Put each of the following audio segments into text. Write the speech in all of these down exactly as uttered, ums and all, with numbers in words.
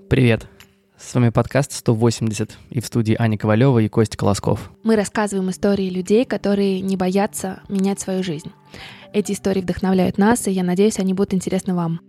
Привет! С вами подкаст сто восемьдесят, и в студии Аня Ковалева и Костя Колосков. Мы рассказываем истории людей, которые не боятся менять свою жизнь. Эти истории вдохновляют нас, и я надеюсь, они будут интересны вам.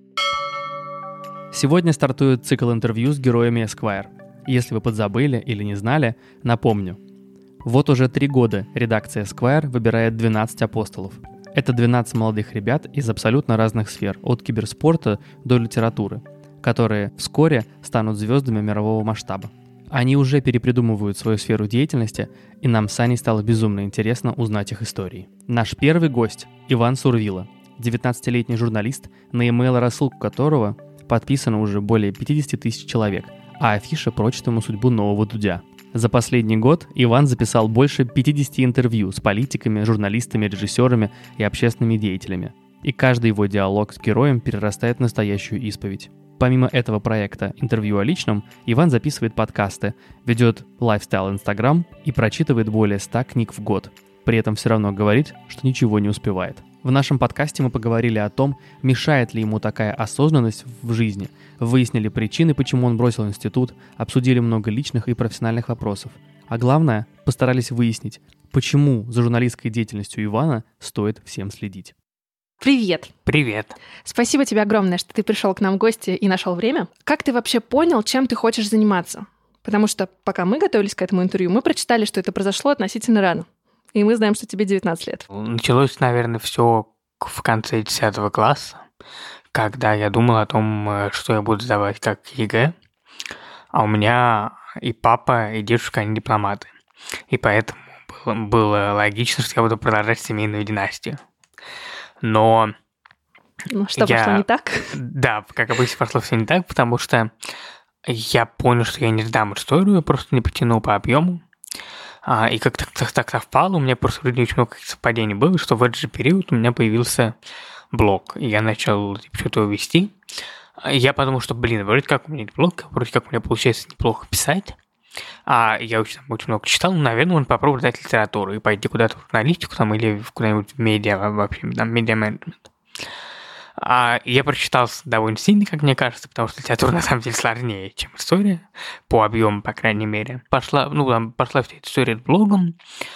Сегодня стартует цикл интервью с героями Esquire. Если вы подзабыли или не знали, напомню. Вот уже три года редакция Esquire выбирает двенадцать апостолов. Это двенадцать молодых ребят из абсолютно разных сфер, от киберспорта до литературы, которые вскоре станут звездами мирового масштаба. Они уже перепридумывают свою сферу деятельности, и нам с Аней стало безумно интересно узнать их истории. Наш первый гость – Иван Сурвила, девятнадцатилетний журналист, на имейл-рассылку которого подписано уже более пятьдесят тысяч человек, а афиша прочит ему судьбу нового Дудя. За последний год Иван записал больше пятьдесят интервью с политиками, журналистами, режиссерами и общественными деятелями. И каждый его диалог с героем перерастает в настоящую исповедь. Помимо этого проекта «Интервью о личном», Иван записывает подкасты, ведет лайфстайл Инстаграм и прочитывает более ста книг в год. При этом все равно говорит, что ничего не успевает. В нашем подкасте мы поговорили о том, мешает ли ему такая осознанность в жизни, выяснили причины, почему он бросил институт, обсудили много личных и профессиональных вопросов. А главное, постарались выяснить, почему за журналистской деятельностью Ивана стоит всем следить. Привет! Привет! Спасибо тебе огромное, что ты пришел к нам в гости и нашел время. Как ты вообще понял, чем ты хочешь заниматься? Потому что пока мы готовились к этому интервью, мы прочитали, что это произошло относительно рано. И мы знаем, что тебе девятнадцать лет. Началось, наверное, все в конце десятого класса, когда я думал о том, что я буду сдавать как ЕГЭ. А у меня и папа, и дедушка, они дипломаты. И поэтому было, было логично, что я буду продолжать семейную династию. Но ну, что я... пошло не так? Да, как обычно пошло все не так, потому что я понял, что я не сдам историю, я просто не потянул по объему. А, и как так, так, так совпало, у меня просто вроде очень много совпадений было, что в этот же период у меня появился блог, и я начал типа, что-то вести. Я подумал, что, блин, вроде как у меня есть блог, вроде как у меня получается неплохо писать. А я очень, очень много читал, ну, наверное, он попробовать дать литературу и пойти куда-то в журналистику там, или куда-нибудь в медиа, вообще, там, медиа-менеджмент. А я прочитал довольно сильно, как мне кажется, потому что литература на самом деле сложнее, чем история, по объему, по крайней мере. Пошла, ну, там, пошла вся эта история с блогом,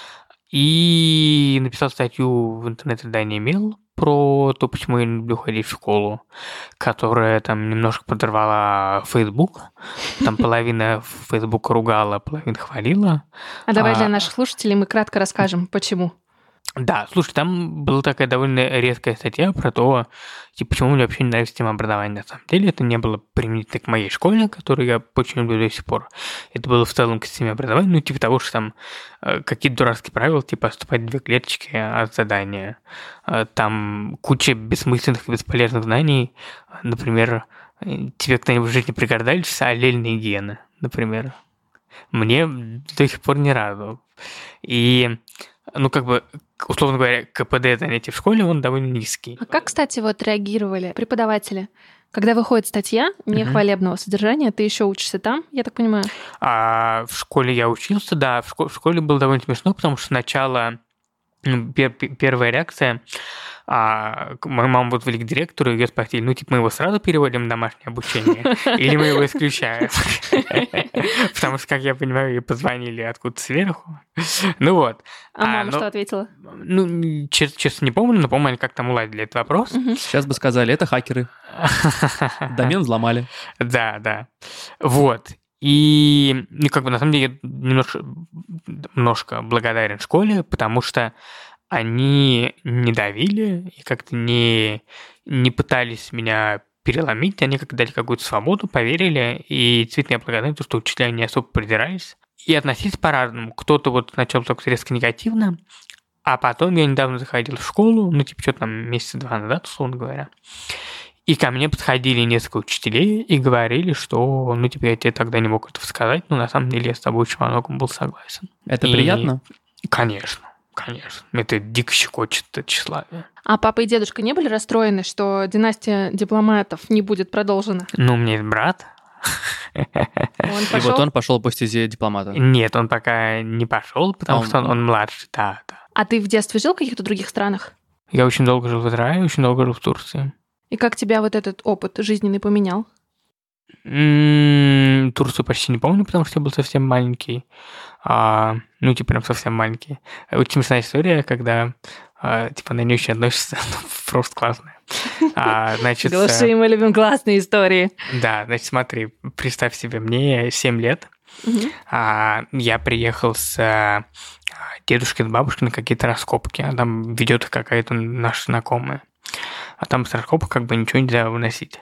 и написал статью в интернет-издании «Мел» про то, почему я не люблю ходить в школу, которая там немножко подорвала Facebook. Там половина Facebook ругала, половина хвалила. А давай а... для наших слушателей мы кратко расскажем, почему. Да, слушай, там была такая довольно редкая статья про то, типа, почему мне вообще не нравится тема образования. На самом деле это не было применительно к моей школе, которую я очень люблю до сих пор. Это было в целом к системе образования, ну, типа того, что там э, какие-то дурацкие правила, типа отступать две клеточки от задания. Э, там куча бессмысленных и бесполезных знаний. Например, тебе кто-нибудь в жизни пригождались аллельные гены, например. Мне до сих пор ни разу. И... Ну, как бы, условно говоря, КПД занятий в школе, он довольно низкий. А как, кстати, вот реагировали преподаватели? Когда выходит статья нехвалебного mm-hmm. содержания, ты еще учишься там, я так понимаю? А в школе я учился, да. В школе, в школе было довольно смешно, потому что сначала пер- первая реакция... А моя мама вот вели к директору, ее спросили, ну, типа, мы его сразу переводим в домашнее обучение, или мы его исключаем? Потому что, как я понимаю, ей позвонили откуда-то сверху. Ну вот. А мама что ответила? Ну, честно, не помню, но, по-моему, они как там уладили этот вопрос. Сейчас бы сказали, это хакеры. Домен взломали. Да, да. Вот. И, ну, как бы, на самом деле, я немножко, немножко благодарен школе, потому что они не давили и как-то не, не пытались меня переломить, они как-то дали какую-то свободу, поверили, и действительно я благодарен, что учителя не особо придирались. И относились по-разному. Кто-то вот сначала так резко негативно, а потом я недавно заходил в школу, ну, типа, что-то там месяца два назад, условно говоря, и ко мне подходили несколько учителей и говорили, что, ну, типа, я тебе тогда не мог этого сказать, но на самом деле я с тобой очень во многом был согласен. Это и... приятно? Конечно. Конечно, это дико щекочет это тщеславие. А папа и дедушка не были расстроены, что династия дипломатов не будет продолжена? Ну, у меня есть брат. Он и вот он пошел по стезе дипломата? Нет, он пока не пошел, потому он... что он, он младший, да, да. А ты в детстве жил в каких-то других странах? Я очень долго жил в Израиле, очень долго жил в Турции. И как тебя вот этот опыт жизненный поменял? М, Турцию почти не помню, потому что я был совсем маленький. А, ну, типа, прям совсем маленький. Очень смешная история, когда, а, типа, она не очень относится, ну, просто классная. А, значит, Глуши, мы любим классные истории. да, значит, смотри, представь себе, мне семь лет, Мгм. а, я приехал с а, дедушкой, с бабушкой на какие-то раскопки, а там ведет их какая-то наша знакомая. А там с раскопок как бы ничего нельзя выносить.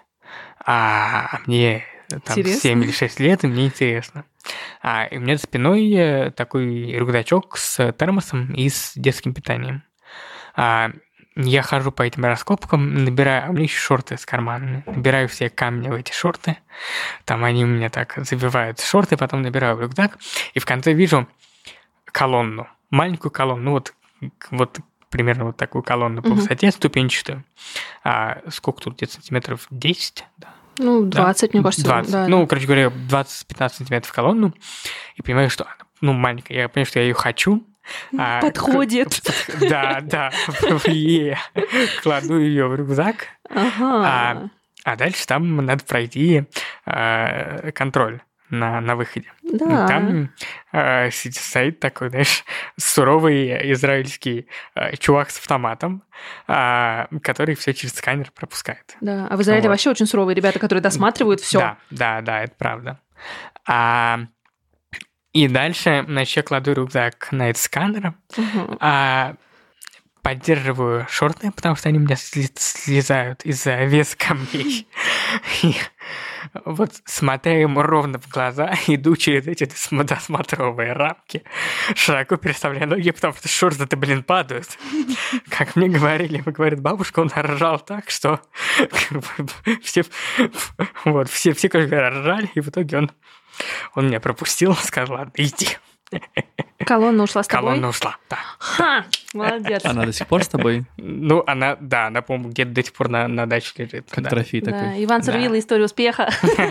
А мне там Интересно. семь или шесть лет, и мне интересно. А, и у меня за спиной э, такой рюкзачок с термосом и с детским питанием. А, я хожу по этим раскопкам, набираю, а у меня еще шорты с карманами. Набираю все камни в эти шорты. Там они у меня так забивают в шорты, потом набираю в рюкзак. И в конце вижу колонну. Маленькую колонну. Ну вот, вот примерно вот такую колонну по Мгм. высоте, ступенчатую. А сколько тут? Где-то сантиметров десять? Да. Ну, Да. двадцать, мне кажется. двадцать. Да, ну, да. короче говоря, двадцать-пятнадцать сантиметров колонну. И понимаю, что она, ну, маленькая. Я понимаю, что я ее хочу. а, Подходит. к- Да, да. И кладу ее в рюкзак. Ага. А дальше там надо пройти а, контроль на, на выходе. Да. Там а, сидит- стоит такой, знаешь, суровый израильский а, чувак с автоматом, а, который все через сканер пропускает. Да. А в Израиле Вот. вообще очень суровые ребята, которые досматривают все. Да, да, да, это правда. А, и дальше, значит, я кладу рюкзак на этот сканер, а, поддерживаю шорты, потому что они у меня сли- слезают из-за веса камней. И вот смотря ему ровно в глаза, иду через эти досма- досмотровые рамки, широко переставляя ноги, потому что шорты-то, блин, падают. Как мне говорили, говорит бабушка, он ржал так, что все, вот, все, все, короче говоря, ржали, и в итоге он, он меня пропустил, сказал, ладно, иди. Колонна ушла с тобой? Колонна ушла, да. Ха! Молодец. Она до сих пор с тобой, Ну, она, да, она, по-моему, где-то до сих пор на, на даче лежит. как да. трофей Да, такой. Иван Да. Сурвила, история успеха.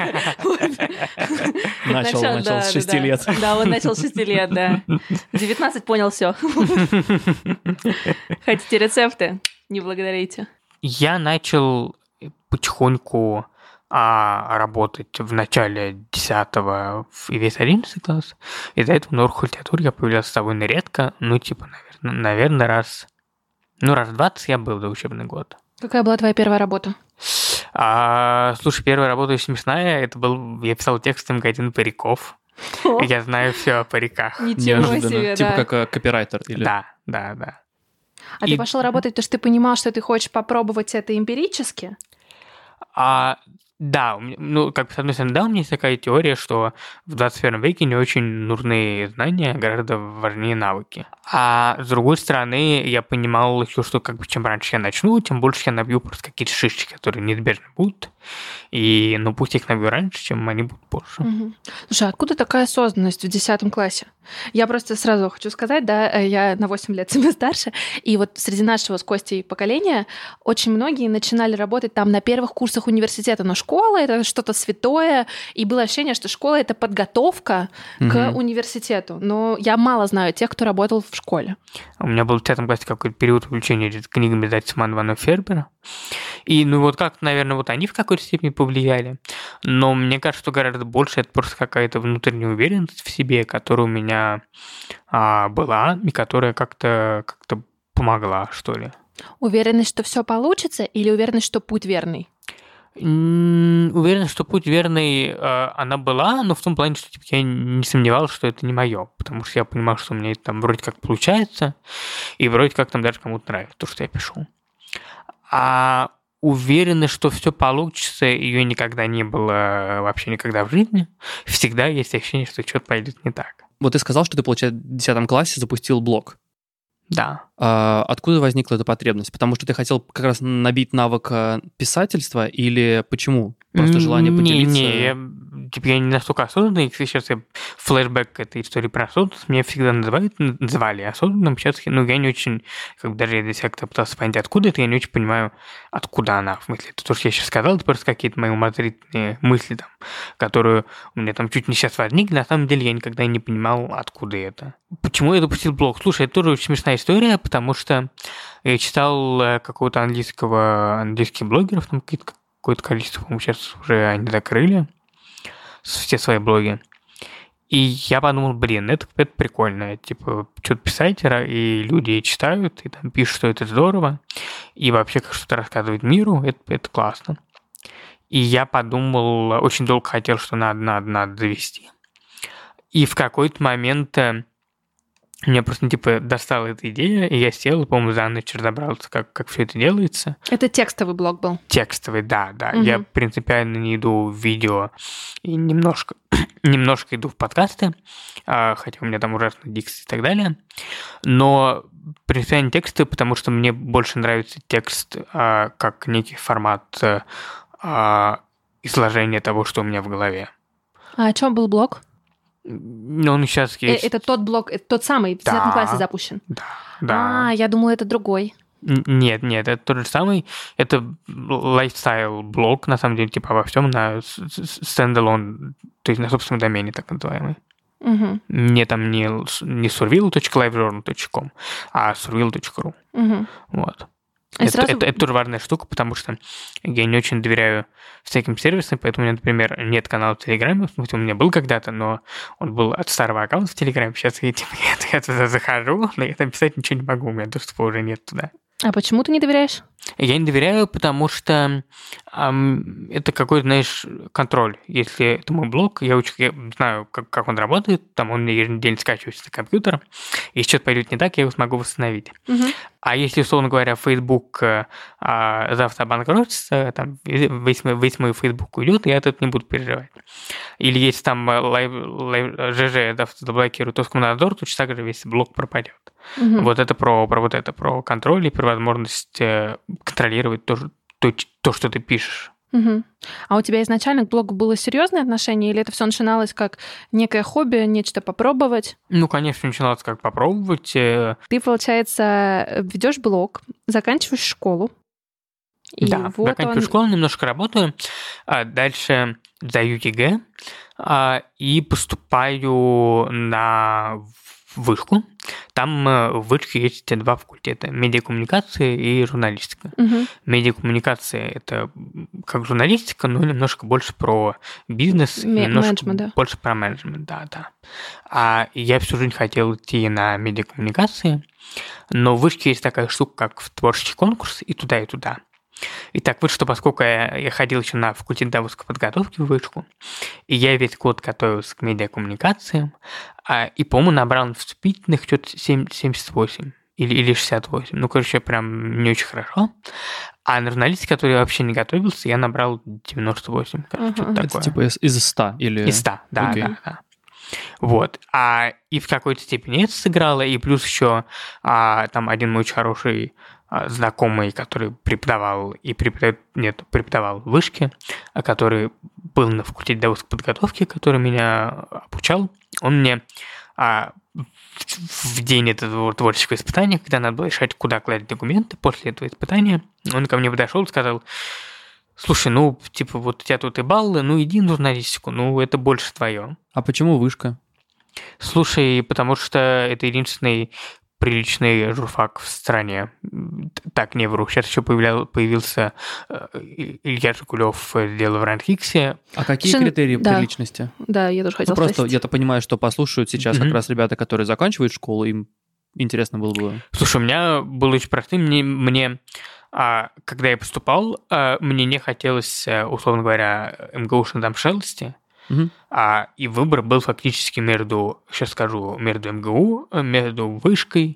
Начал, Начал, начал да, с да, шести да. лет. Да, он начал с шести лет, да. В девятнадцать понял все. Хотите рецепты? Не благодарите. Я начал потихоньку а, работать в начале десятого и весь одиннадцатый класс. Из-за этого на урок литературы я появлялся довольно редко. Ну, типа, наверное, наверное, раз... Ну, раз двадцать я был за учебный год. Какая была твоя первая работа? А, слушай, первая работа смешная. Это был... Я писал тексты магазин париков. О, Я знаю все о париках. Ничего Неожиданно. себе, Типа да. как э, копирайтер. Или... Да, да, да. А И- ты пошел работать, потому что ты понимал, что ты хочешь попробовать это эмпирически? А, да, у меня- ну, как бы, с одной стороны, да, у меня есть такая теория, что в двадцать первом веке не очень нужны знания, гораздо важнее навыки. А с другой стороны, я понимал еще, что как бы чем раньше я начну, тем больше я набью просто какие-то шишечки, которые неизбежно будут. И, ну, пусть я их набью раньше, чем они будут позже. Мгм. Слушай, а откуда такая осознанность в десятом классе? Я просто сразу хочу сказать, да, э, я на восемь лет себя старше, и вот среди нашего с Костей поколения очень многие начинали работать там на первых курсах университета, но школа — это что-то святое, и было ощущение, что школа — это подготовка к Мгм. университету. Но я мало знаю тех, кто работал в школе. У меня был в десятом классе какой-то период увлечения книгами издательства Ивана Фербера. И, ну, вот как, наверное, вот они в какой-то степени повлияли. Но мне кажется, что гораздо больше это просто какая-то внутренняя уверенность в себе, которая у меня а, была, и которая как-то как помогла, что ли. Уверенность, что все получится, или уверенность, что путь верный? М, Уверен, что путь верный э, она была, но в том плане, что типа, я не сомневался, что это не мое, потому что я понимал, что у меня это там вроде как получается, и вроде как там даже кому-то нравится то, что я пишу. А уверенность, что все получится, ее никогда не было вообще никогда в жизни. Всегда есть ощущение, что что-то пойдет не так. Вот ты сказал, что ты, получается, в десятом классе запустил блог. Да. А откуда возникла эта потребность? Потому что ты хотел как раз набить навык э, писательства или почему? Просто желание поделиться? Не, не, я, типа, я не настолько осознанный. Если сейчас я флешбэк к этой истории про осознанность, меня всегда называют, называли осознанным. Сейчас, ну, я не очень, как бы даже если я пытался понять, откуда это, я не очень понимаю, откуда она. В смысле, это то, что я сейчас сказал, это просто какие-то мои умозрительные мысли, там, которые у меня там чуть не сейчас возникли. На самом деле я никогда не понимал, откуда это. Почему я допустил блог? Слушай, это тоже очень смешная история, потому что я читал э, какого-то английского, английских блогеров, там какие-то какое-то количество, по-моему, сейчас уже они закрыли. все свои блоги. И я подумал, блин, это, это прикольно. Типа, что-то писать, и люди читают, и там пишут, что это здорово. И вообще, как что-то рассказывать миру, это, это классно. И я подумал, очень долго хотел, что надо, надо, надо завести. И в какой-то момент меня просто, типа, достала эта идея, и я сел, и, по-моему, за ночь разобрался, как, как все это делается. Это текстовый блог был? Текстовый, да, да. Угу. Я принципиально не иду в видео и немножко, немножко иду в подкасты, хотя у меня там ужасный дикс и так далее. Но принципиально тексты, потому что мне больше нравится текст как некий формат изложения того, что у меня в голове. А о чем был блог? Ну, он сейчас есть. Это тот блог, это тот самый, в девятом да, классе запущен? Да, да. А, я думала, это другой. Нет, нет, это тот же самый. Это лайфстайл-блог, на самом деле, типа во всем на стендалон, то есть на собственном домене, так называемый. Угу. Не там не, не survil точка livejournal точка com, а survil точка ru. Угу. Вот. И это, сразу... это, это тоже важная штука, потому что я не очень доверяю всяким сервисам, поэтому у меня, например, нет канала в Телеграме, в смысле, у меня был когда-то, но он был от старого аккаунта в Телеграме, сейчас я, типа, я, я туда захожу, но я там писать ничего не могу, у меня доступа уже нет туда. А почему ты не доверяешь? Я не доверяю, потому что эм, это какой-то, знаешь, контроль. Если это мой блог, я, очень, я знаю, как, как он работает, там он мне еженедельно скачивается на компьютер, и если что-то пойдет не так, я его смогу восстановить. Угу. А если, условно говоря, Facebook э, э, завтра обанкротится, там весь мой, весь мой Facebook уйдет, я от этого не буду переживать. Или если там лайв, лайв, ЖЖ завтра заблокирует Роскомнадзор, то так же весь блог пропадет. Угу. Вот это про, про вот это, про контроль и про возможность э, контролировать то, то, то, что ты пишешь. Угу. А у тебя изначально к блогу было серьезное отношение, или это все начиналось как некое хобби, нечто попробовать? Ну, конечно, начиналось как попробовать. Ты, получается, ведешь блог, заканчиваешь школу. И да, вот заканчиваю он... школу, немножко работаю, а дальше сдаю ЕГЭ а, и поступаю на вышку. Там в вышке есть два факультета: медиакоммуникация и журналистика. Угу. Медиакоммуникация – это как журналистика, но немножко больше про бизнес, М- немножко да. больше про менеджмент, да, да. А я всю жизнь хотел идти на медиакоммуникации, но в вышке есть такая штука, как в творческий конкурс, и туда, и туда. Итак, вот что, поскольку я, я ходил еще на факультет давосской подготовки в вышку, и я весь год готовился к медиакоммуникациям, а, и, по-моему, набрал на вступительных что-то семьдесят восемь или, или шестьдесят восемь. Ну, короче, прям не очень хорошо. А на журналистике, который я вообще не готовился, я набрал девяносто восемь. Короче, uh-huh. что-то Это такое. типа из, из ста? Или... Из ста, да, okay. да, да. Вот. А, и в какой-то степени это сыграло, и плюс еще а, там один мой очень хороший а, знакомый, который преподавал и преподает, нет, преподавал в вышке, а который был на факультете давосской подготовки, который меня обучал, он мне а, в день этого творческого испытания, когда надо было решать, куда класть документы после этого испытания, он ко мне подошел и сказал: слушай, ну, типа, вот у тебя тут и баллы, ну, иди на журналистику, ну, это больше твое. А почему вышка? Слушай, потому что это единственный приличный журфак в стране. Так, не вру. Сейчас еще появлял, появился Илья Жигулев, дело в Ранхиксе. А какие Шин... критерии да. приличности? Да, я тоже хотела ну, просто спросить. Я-то понимаю, что послушают сейчас mm-hmm. как раз ребята, которые заканчивают школу, им интересно было бы... Слушай, у меня было очень простым. Мне... мне А когда я поступал, мне не хотелось, условно говоря, МГУшной там шелости, угу. а, и выбор был фактически между, сейчас скажу, между МГУ, между вышкой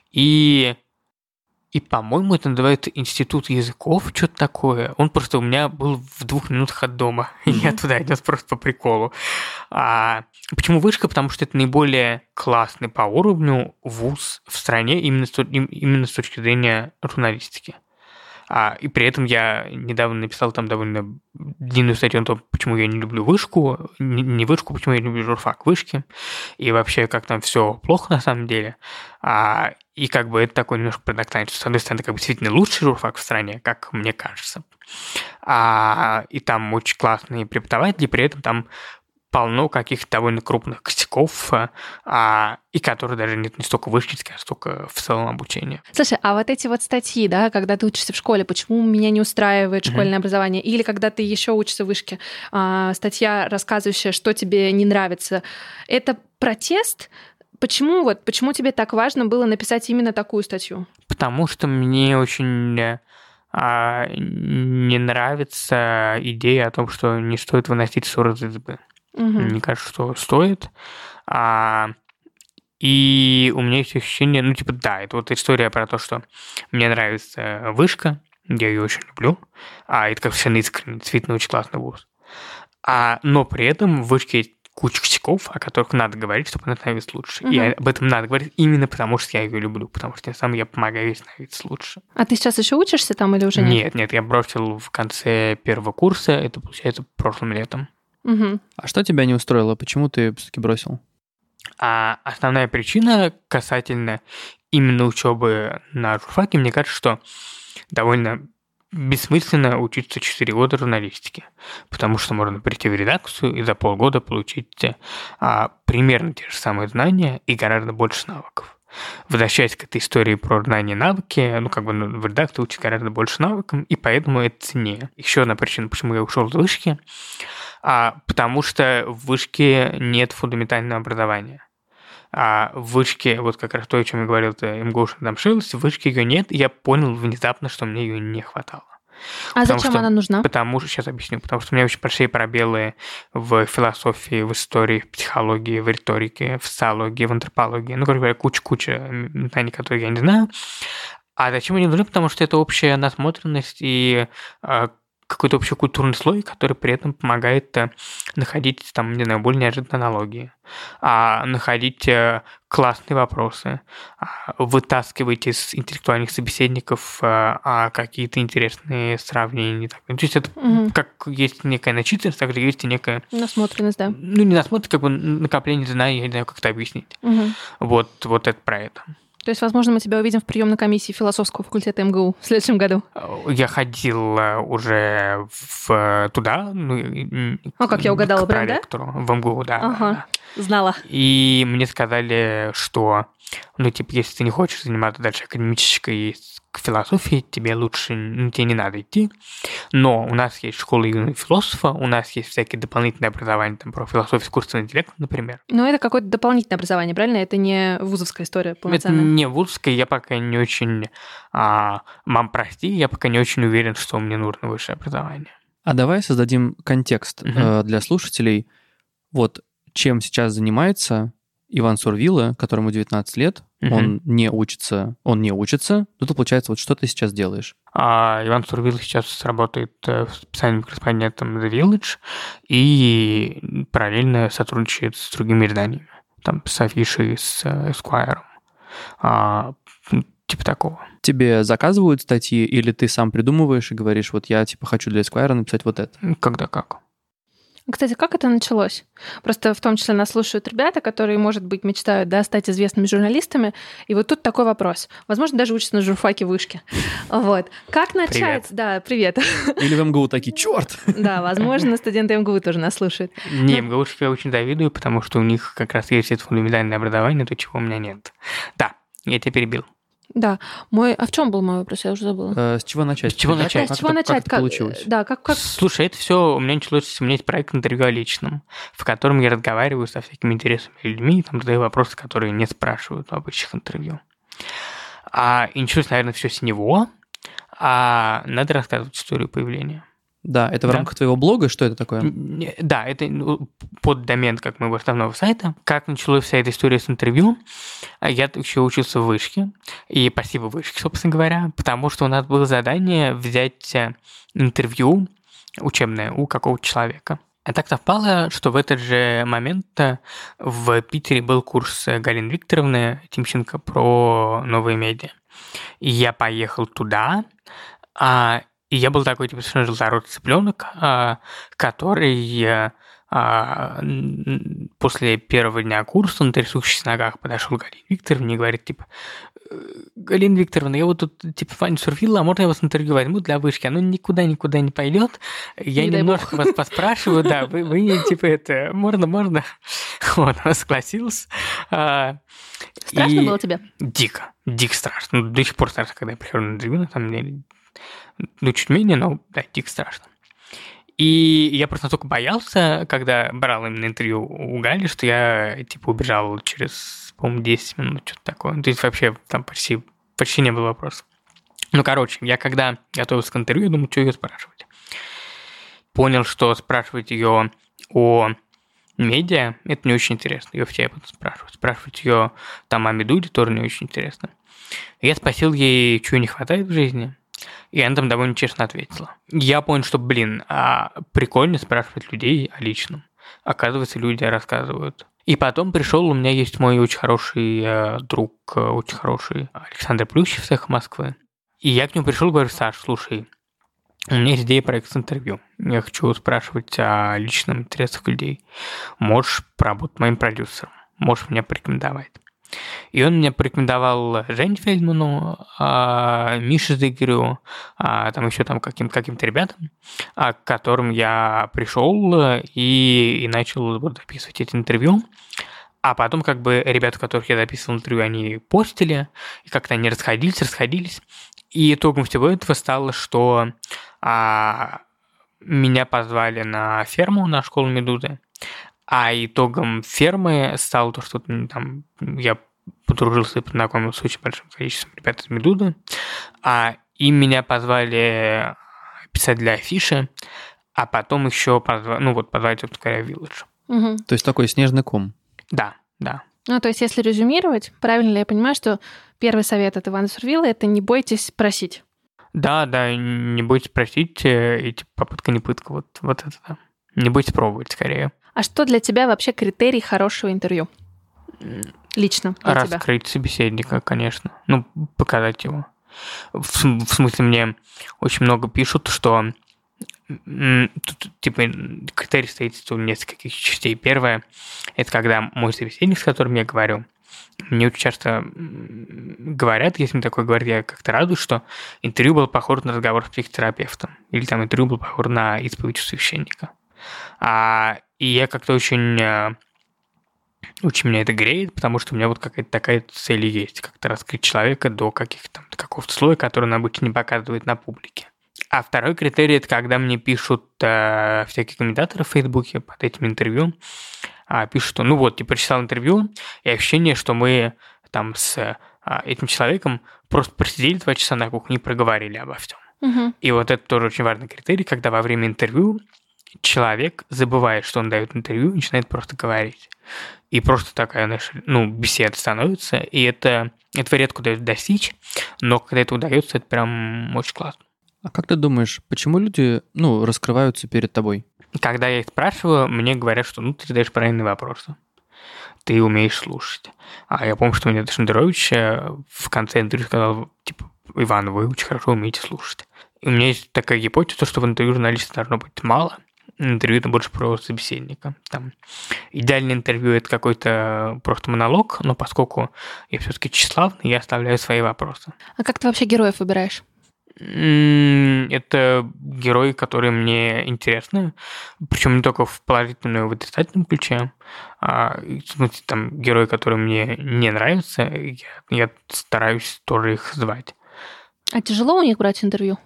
и, и, по-моему, это называется Институт языков, что-то такое. Он просто у меня был в двух минутах от дома, и я туда идет просто по приколу. А, почему вышка? Потому что это наиболее классный по уровню вуз в стране именно с, именно с точки зрения журналистики. А, и при этом я недавно написал там довольно длинную статью о том, почему я не люблю вышку, не, не вышку, почему я не люблю журфак вышки, и вообще, как там все плохо на самом деле. А, и как бы это такой немножко парадоксально, что, с одной стороны, как бы действительно лучший журфак в стране, как мне кажется. А, и там очень классные преподаватели, при этом там полно каких-то довольно крупных косяков, а, и которые даже нет не столько в вышке, а столько в целом обучения. Слушай, а вот эти вот статьи, да, когда ты учишься в школе, почему меня не устраивает школьное mm-hmm. образование, или когда ты еще учишься в вышке, а, статья, рассказывающая, что тебе не нравится, это протест? Почему вот, почему тебе так важно было написать именно такую статью? Потому что мне очень а, не нравится идея о том, что не стоит выносить ссоры из избы. Угу. Мне кажется, что стоит. А, и у меня есть ощущение, ну, типа, да, это вот история про то, что мне нравится вышка, я ее очень люблю, а это как совершенно искренне, действительно очень классный вуз. А, но при этом в вышке есть куча косяков, о которых надо говорить, чтобы она становилась лучше. Угу. И об этом надо говорить именно потому, что я ее люблю, потому что тем самым я помогаю ей становиться лучше. А ты сейчас еще учишься там или уже нет? Нет, нет, я бросил в конце первого курса, это получается прошлым летом. Угу. А что тебя не устроило? Почему ты все-таки бросил? А основная причина касательно именно учебы на журфаке, мне кажется, что довольно бессмысленно учиться четыре года журналистики, потому что можно прийти в редакцию и за полгода получить а, примерно те же самые знания и гораздо больше навыков. Возвращаясь к этой истории про знания и навыки, ну, как бы ну, в редакции учат гораздо больше навыкам, и поэтому это ценнее. Еще одна причина, почему я ушел из вышки, а, потому что в вышке нет фундаментального образования. А в вышке, вот как раз то, о чем я говорил, это эм гэ у там шилась, в вышке ее нет, и я понял внезапно, что мне ее не хватало. А потому зачем что, она нужна? Потому что, сейчас объясню, потому что у меня очень большие пробелы в философии, в истории, в психологии, в риторике, в социологии, в антропологии. Ну, короче говоря, куча-куча знаний, которые я не знаю. А зачем они нужны? Потому что это общая насмотренность и э, какой-то общий культурный слой, который при этом помогает э, находить, там, не знаю, более неожиданные аналогии, а, находить э, классные вопросы, а, вытаскивать из интеллектуальных собеседников а, а какие-то интересные сравнения. Так. То есть это угу. как есть некая начитанность, так же есть и некая... Насмотренность, да. Ну, не насмотренность, как бы накопление знаний, я не знаю, как это объяснить. Угу. Вот, вот это про это. То есть, возможно, мы тебя увидим в приемной комиссии философского факультета эм гэ у в следующем году. Я ходил уже в, туда. Ну, О, как я угадала, к прям, да? В эм гэ у, да. Ага, да. Знала. И мне сказали, что, ну, типа, если ты не хочешь заниматься дальше академической философией, тебе лучше, ну, тебе не надо идти. Но у нас есть школа юного философа, у нас есть всякие дополнительные образования там, про философию искусственного интеллекта, например. Но это какое-то дополнительное образование, правильно? Это не вузовская история полноценная. Это не вузовская, я пока не очень... А, мам, прости, я пока не очень уверен, что мне нужно высшее образование. А давай создадим контекст угу. э, для слушателей. Вот чем сейчас занимается Иван Сурвила, которому девятнадцать лет, uh-huh. он не учится, он не учится, но ты, получается, вот что ты сейчас делаешь? А, Иван Сурвила сейчас работает специальным корреспондентом The Village и параллельно сотрудничает с другими изданиями, там, с Афишей, с Esquire, а, типа такого. Тебе заказывают статьи или ты сам придумываешь и говоришь, вот я, типа, хочу для Esquire написать вот это? Когда как. Кстати, как это началось? Просто в том числе нас слушают ребята, которые, может быть, мечтают, да, стать известными журналистами. И вот тут такой вопрос. Возможно, даже учатся на журфаке вышки. Вот. Как начать? Привет. Да, привет. Или в эм гэ у такие, черт! Да, возможно, студенты эм гэ у тоже нас слушают. Не, эм гэ у я очень завидую, потому что у них как раз есть это фундаментальное образование, то, чего у меня нет. Да, я тебя перебил. Да. Мой... А в чем был мой вопрос? Я уже забыла. Э, с чего начать? С чего как, начать? Как, с чего как, начать? Как, как получилось? Да, как, как... Слушай, это все у меня началось, у меня есть проект интервью о личном, в котором я разговариваю со всякими интересными людьми, там задаю вопросы, которые не спрашивают в обычных интервью. А, и началось, наверное, все с него, а надо рассказывать историю появления. Да, это в да. рамках твоего блога? Что это такое? Да, это под домен как моего основного сайта. Как началась вся эта история с интервью? Я еще учился в вышке, и спасибо вышке, собственно говоря, потому что у нас было задание взять интервью учебное у какого-то человека. А так совпало, что в этот же момент в Питере был курс Галины Викторовны Тимченко про новые медиа. И я поехал туда, а И я был такой, типа, совершенно желторотый цыпленок, который после первого дня курса на трясущихся ногах подошел к Галине Викторовне и говорит, типа, Галина Викторовна, я вот тут, типа, Ваня Сурфилла, а можно я вас интервью возьму для вышки? Оно никуда-никуда не пойдет. Я Не немножко вас поспрашиваю, да, вы, вы, типа, это, можно, можно? Вот, она согласилась. Страшно И было тебе? Дико, дико страшно. Ну, до сих пор страшно, когда я прихожу на интервью, на самом деле. Ну, чуть менее, но, да, дико страшно. И я просто настолько боялся, когда брал именно интервью у Гали, что я, типа, убежал через, по-моему, десять минут, что-то такое. То есть вообще там почти, почти не было вопросов. Ну, короче, я когда готовился к интервью, я думал, что ее спрашивать. Понял, что спрашивать ее о медиа, это не очень интересно. Ее все будут спрашивать. Спрашивать ее там о Медузе тоже не очень интересно. Я спросил ей, чего не хватает в жизни. И она там довольно честно ответила. Я понял, что, блин, а прикольно спрашивать людей о личном. Оказывается, люди рассказывают. И потом пришел, у меня есть мой очень хороший э, друг, э, очень хороший Александр Плющев с «Эхо Москвы». И я к нему пришел и говорю: Саш, слушай, у меня есть идея проекта с интервью. Я хочу спрашивать о личном интересах людей. Можешь поработать моим продюсером? Можешь меня порекомендовать? И он мне порекомендовал Жене Фельдману, а, Мише Зыгорю, а, там еще там каким- каким-то ребятам, а, к которым я пришел и, и начал вот записывать эти интервью. А потом как бы ребята, которых я записывал интервью, они постили, и как-то они расходились, расходились. И итогом всего этого стало, что а, меня позвали на ферму, на школу Медузы. А итогом фермы стало то, что там я подружился и познакомился с очень большим количеством ребят из Медузы. А, и меня позвали писать для афиши, а потом еще позвали, ну вот позвали, собственно говоря, Village. Угу. То есть такой снежный ком. Да, да. Ну, то есть, если резюмировать, правильно ли я понимаю, что первый совет от Ивана Сурвилла — это не бойтесь просить? Да, да, не бойтесь просить, и типа, попытка не пытка, вот, вот это да. Не бойтесь пробовать, скорее. А что для тебя вообще критерий хорошего интервью? Лично для тебя. Раскрыть собеседника, конечно. Ну, показать его. В, в смысле, мне очень много пишут, что м, тут, типа, критерий стоит из нескольких частей. Первое – это когда мой собеседник, с которым я говорю, мне очень часто говорят, если мне такое говорят, я как-то радуюсь, что интервью было похоже на разговор с психотерапевтом. Или там интервью было похоже на исповедь у священника. А, и я как-то очень... Очень меня это греет, потому что у меня вот какая-то такая цель есть, как-то раскрыть человека до каких-то там, до какого-то слоя, который он обычно не показывает на публике. А второй критерий – это когда мне пишут э, всякие комментаторы в Фейсбуке под этим интервью, э, пишут, что ну вот, ты прочитал интервью, и ощущение, что мы там с э, этим человеком просто просидели два часа на кухне и проговорили обо всем. Угу. И вот это тоже очень важный критерий, когда во время интервью человек забывает, что он дает интервью, и начинает просто говорить. И просто такая, знаешь, ну, беседа становится, и это, этого редко удается достичь, но когда это удается, это прям очень классно. А как ты думаешь, почему люди, ну, раскрываются перед тобой? Когда я их спрашиваю, мне говорят, что ну, ты задаешь правильные вопросы, ты умеешь слушать. А я помню, что мне Шендерович в конце интервью сказал, типа, Иван, вы очень хорошо умеете слушать. И у меня есть такая гипотеза, что в интервью журналиста должно быть мало, интервью это больше про собеседника. Там идеальное интервью это какой-то просто монолог, но поскольку я все-таки тщеславный, я оставляю свои вопросы. А как ты вообще героев выбираешь? Это герои, которые мне интересны, причем не только в положительном, но и в отрицательном ключе. А, в смысле, там герои, которые мне не нравятся, я, я стараюсь тоже их звать. А тяжело у них брать интервью?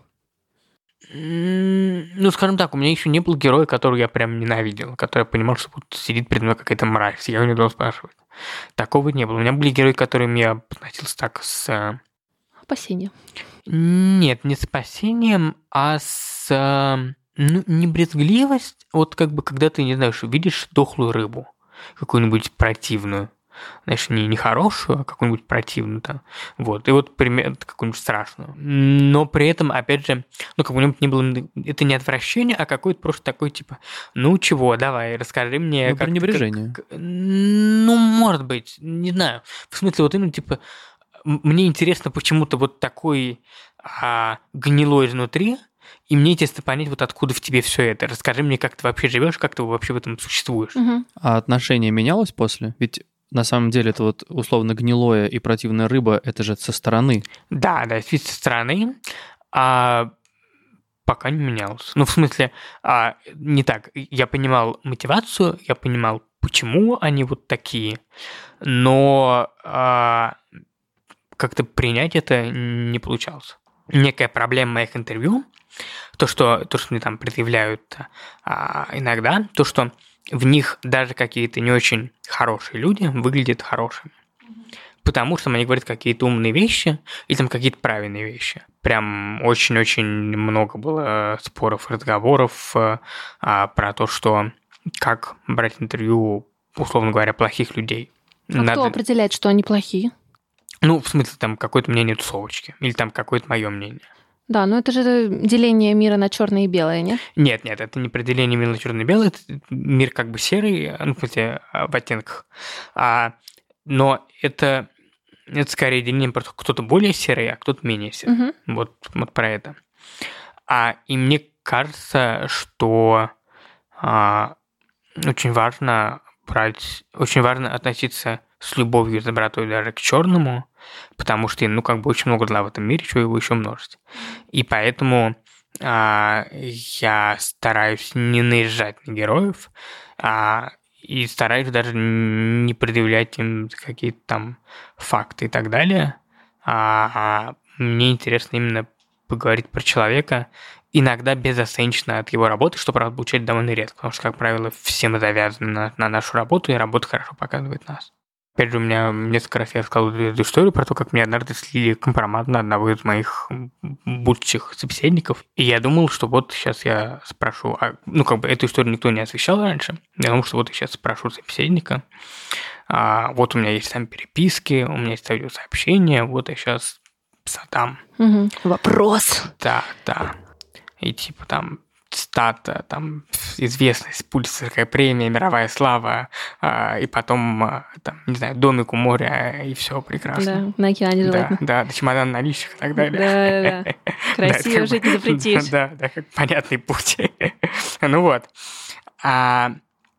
Ну, скажем так, у меня еще не было героя, которого я прям ненавидел, который я понимал, что вот сидит передо мной какая-то мразь, я его не должен спрашивать. Такого не было. У меня были герои, к которым я относился так с... Спасение. Нет, не спасением, а с... Ну, не брезгливость, вот как бы когда ты, не знаешь, видишь дохлую рыбу, какую-нибудь противную, знаешь, не, не хорошую, а какую-нибудь противную там. Вот. И вот пример какую-нибудь страшную. Но при этом, опять же, ну, как бы не было, это не отвращение, а какой-то просто такой, типа, ну, чего, давай, расскажи мне. Ну, как, пренебрежение. Как, ну, может быть, не знаю. В смысле, вот именно, типа, мне интересно почему-то вот такой а, гнилой изнутри, и мне интересно понять, вот откуда в тебе все это. Расскажи мне, как ты вообще живешь, как ты вообще в этом существуешь. Угу. А отношение менялось после? Ведь на самом деле это вот условно гнилое и противная рыба, это же со стороны. Да, да, вид со стороны, а пока не менялся. Ну, в смысле, а, не так. Я понимал мотивацию, я понимал, почему они вот такие, но а, как-то принять это не получалось. Некая проблема моих интервью, то, что, то, что мне там предъявляют а, иногда, то, что в них даже какие-то не очень хорошие люди выглядят хорошими. Потому что они говорят какие-то умные вещи или там какие-то правильные вещи. Прям очень-очень много было споров, разговоров а, про то, что как брать интервью, условно говоря, плохих людей. А Надо... кто определяет, что они плохие? Ну, в смысле, там какое-то мнение тусовочки или там какое-то мое мнение. Да, но это же деление мира на черное и белое, нет? Нет, нет, это не определение мира на черное и белое, это мир как бы серый, ну, в смысле, в оттенках. А, но это, это скорее деление про то, кто-то более серый, а кто-то менее серый. Угу. Вот, вот про это. А, и мне кажется, что а, очень важно брать, очень важно относиться с любовью и добротой даже к черному, потому что, ну, как бы очень много зла в этом мире, чего его еще множить. И поэтому а, я стараюсь не наезжать на героев, а, и стараюсь даже не предъявлять им какие-то там факты и так далее. А, а мне интересно именно поговорить про человека, иногда безоценочно от его работы, что, правда, получать довольно редко, потому что, как правило, все мы завязаны на, на нашу работу, и работа хорошо показывает нас. Опять же, у меня несколько раз я рассказал эту историю про то, как мне однажды слили компромат на одного из моих будущих собеседников. И я думал, что вот сейчас я спрошу... А, ну, как бы эту историю никто не освещал раньше. Я думал, что вот я сейчас спрошу собеседника. А, вот у меня есть там переписки, у меня есть аудиосообщения, вот я сейчас задам. Угу. Вопрос. Да, да. И типа там... стата, там, известность, пульсерская премия, мировая слава, а, и потом, а, там, не знаю, домик у моря, и все прекрасно. Да, на океане желательно. Да, да, чемодан наличных и так далее. Да, да, да. Красиво жить не запретишь. Да, да, как понятный путь. Ну вот. А,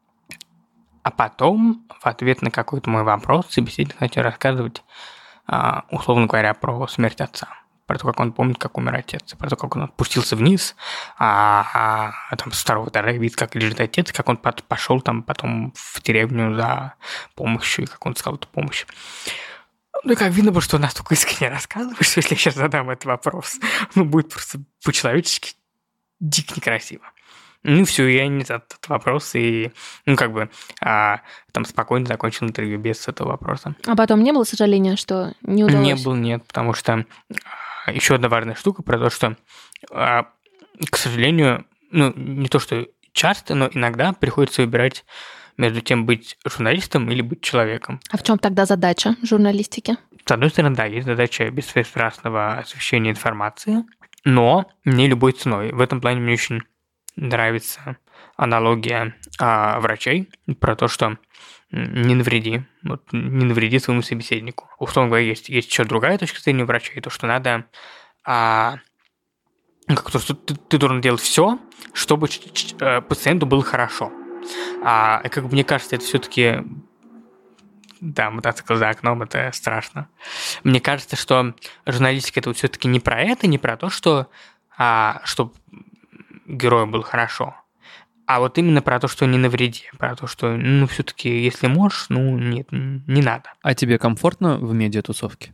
а потом, в ответ на какой-то мой вопрос, собеседник начал рассказывать, а, условно говоря, про смерть отца. Про то, как он помнит, как умер отец, про то, как он спустился вниз, а, а, а там с второго этажа видит, как лежит отец, как он пошел там потом в деревню за помощью, и как он сказал эту помощь. Ну, как видно было, что он настолько искренне рассказывает, что если я сейчас задам этот вопрос, ну, будет просто по-человечески дико некрасиво. Ну, все, я не задал этот вопрос, и, ну, как бы, а, там спокойно закончил интервью без этого вопроса. А потом не было сожаления, что не удалось? Не было, нет, потому что еще одна важная штука про то, что, к сожалению, ну, не то, что часто, но иногда приходится выбирать между тем, быть журналистом или быть человеком. А в чем тогда задача журналистики? С одной стороны, да, есть задача беспристрастного освещения информации, но не любой ценой. В этом плане мне очень нравится аналогия а, врачей про то, что не навреди, вот, не навреди своему собеседнику. Условно говоря, есть, есть еще другая точка зрения врачей, то, что надо, а, как то, что ты, ты должен делать все, чтобы ч- ч- пациенту было хорошо. А, как бы мне кажется, это все-таки, да, мотоцикл за окном, это страшно. Мне кажется, что журналистика это вот все-таки не про это, не про то, что, а, чтобы герою было хорошо. А вот именно про то, что не навреди, про то, что, ну, все-таки, если можешь, ну, нет, не надо. А тебе комфортно в медиатусовке?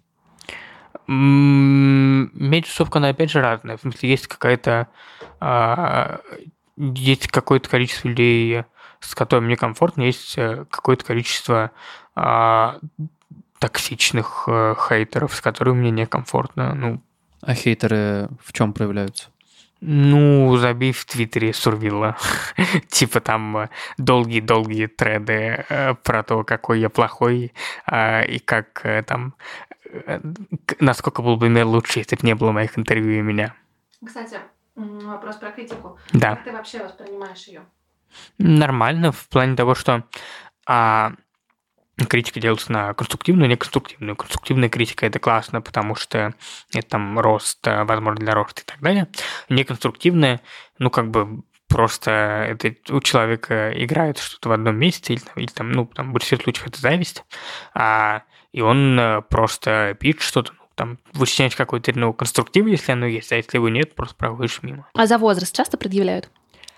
Медиатусовка, она опять же разная. В смысле, есть какая-то... А, есть какое-то количество людей, с которыми мне комфортно, есть какое-то количество а, токсичных а, хейтеров, с которыми мне некомфортно. Ну, а хейтеры в чем проявляются? Ну, забей в Твиттере Сурвилла. Типа там долгие-долгие треды э, про то, какой я плохой, э, и как э, там... Э, насколько был бы мир лучше, если бы не было моих интервью и меня. Кстати, вопрос про критику. Да. Как ты вообще воспринимаешь ее? Нормально, в плане того, что... А, критика делается на конструктивную и неконструктивную. Конструктивная критика – это классно, потому что это там рост, возможно, для роста и так далее. Неконструктивная, ну, как бы просто это у человека играет что-то в одном месте, или, или там, ну, там, в большинстве случаев это зависть, а, и он просто пишет что-то, ну, там, вычленяешь какой-то, ну, конструктив, если оно есть, а если его нет, просто проходишь мимо. А за возраст часто предъявляют?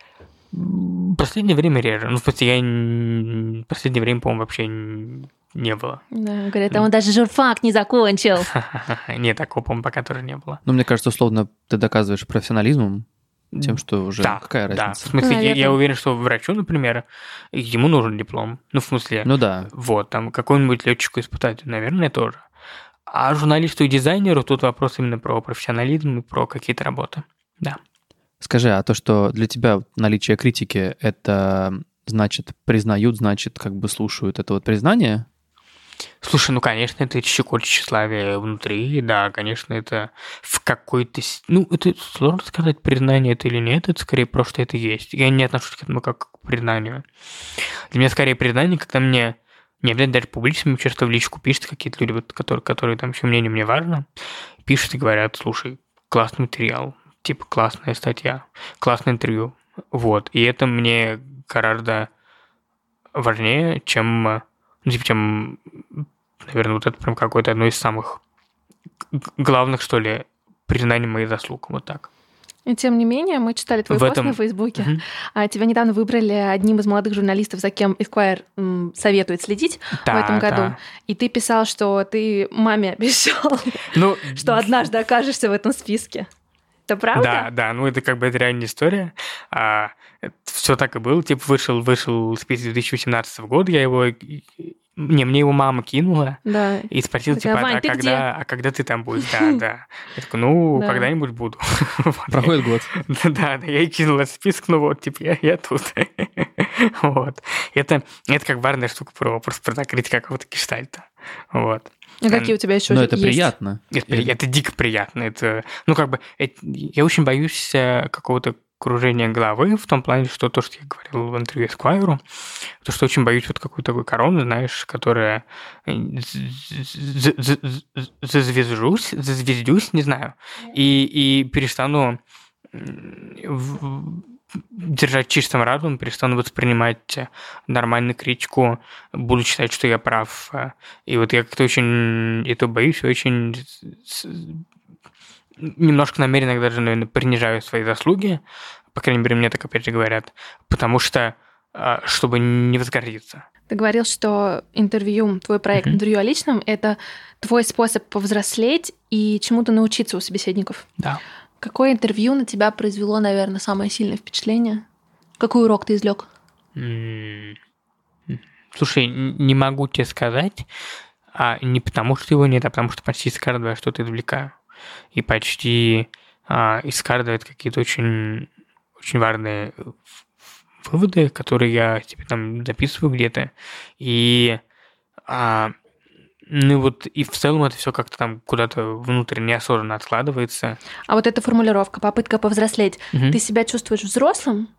В последнее время реже. Ну, в смысле, я в последнее время, по-моему, вообще не было. Да, говорят, а он даже журфак не закончил. Нет, такого, по-моему, пока тоже не было. Ну, мне кажется, условно, ты доказываешь профессионализмом тем, что уже да, какая разница. Да, в смысле, я, я уверен, что врачу, например, ему нужен диплом. Ну, в смысле, ну да. Вот, там, какой-нибудь летчику-испытателю, наверное, тоже. А журналисту и дизайнеру тут вопрос именно про профессионализм и про какие-то работы. Да. Скажи, а то, что для тебя наличие критики, это значит признают, значит как бы слушают это вот признание? Слушай, ну, конечно, это щекочет тщеславие внутри, да, конечно, это в какой-то... Ну, это сложно сказать, признание это или нет, это скорее просто это есть. Я не отношусь к этому как к признанию. Для меня скорее признание, когда мне не обязательно даже публично, часто в личку пишут какие-то люди, вот, которые, которые там, чье мнение мне важно, пишут и говорят, слушай, классный материал, типа классная статья, классное интервью, вот. И это мне гораздо важнее, чем, ну, типа, чем, наверное, вот это прям какое-то одно из самых главных, что ли, признаний моих заслуг, вот так. И тем не менее, мы читали твой В пост этом... на Фейсбуке. Угу. А тебя недавно выбрали одним из молодых журналистов, за кем Esquire м, советует следить да, в этом году. Да. И ты писал, что ты маме обещал, ну, что однажды окажешься в этом списке. Это правда? Да, да, ну это как бы это реальная история. А, все так и было. Типа вышел, вышел список две тысячи восемнадцатого года, я его... Не, мне его мама кинула да. и спросила, такая, типа, Вань, а, ты когда, где? а когда ты там будешь? Да, да. Я такой, ну, да. когда-нибудь буду. Проходит год. Да, да, я ей кинул этот список, ну вот, типа, я, я тут. Вот. Это, это как важная штука про, просто про критика какого-то гештальта. Вот. А какие у тебя еще есть? Ну, это приятно. Это, это дико приятно. Это, ну, как бы, это, я очень боюсь какого-то кружение головы, в том плане, что то, что я говорил в интервью Esquire, то, что очень боюсь вот какую-то такую корону, знаешь, которая зазвездюсь, зазвездюсь, не знаю, и, и перестану держать чистым разум, перестану воспринимать нормальную критику, буду считать, что я прав. И вот я как-то очень этого боюсь, очень немножко намеренно даже, наверное, принижаю свои заслуги, по крайней мере, мне так опять же говорят, потому что, чтобы не возгордиться. Ты говорил, что интервью, твой проект mm-hmm. «Интервью о личном» — это твой способ повзрослеть и чему-то научиться у собеседников. Да. Какое интервью на тебя произвело, наверное, самое сильное впечатление? Какой урок ты извлек? Mm-hmm. Слушай, не могу тебе сказать, а не потому, что его нет, а потому что почти с каждого я что-то извлекаю. И почти а, из каждого это какие-то очень, очень важные выводы, которые я тебе там записываю где-то. И, а, ну вот, и в целом это все как-то там куда-то внутрь неосознанно откладывается. А вот эта формулировка, попытка повзрослеть, угу. ты себя чувствуешь взрослым?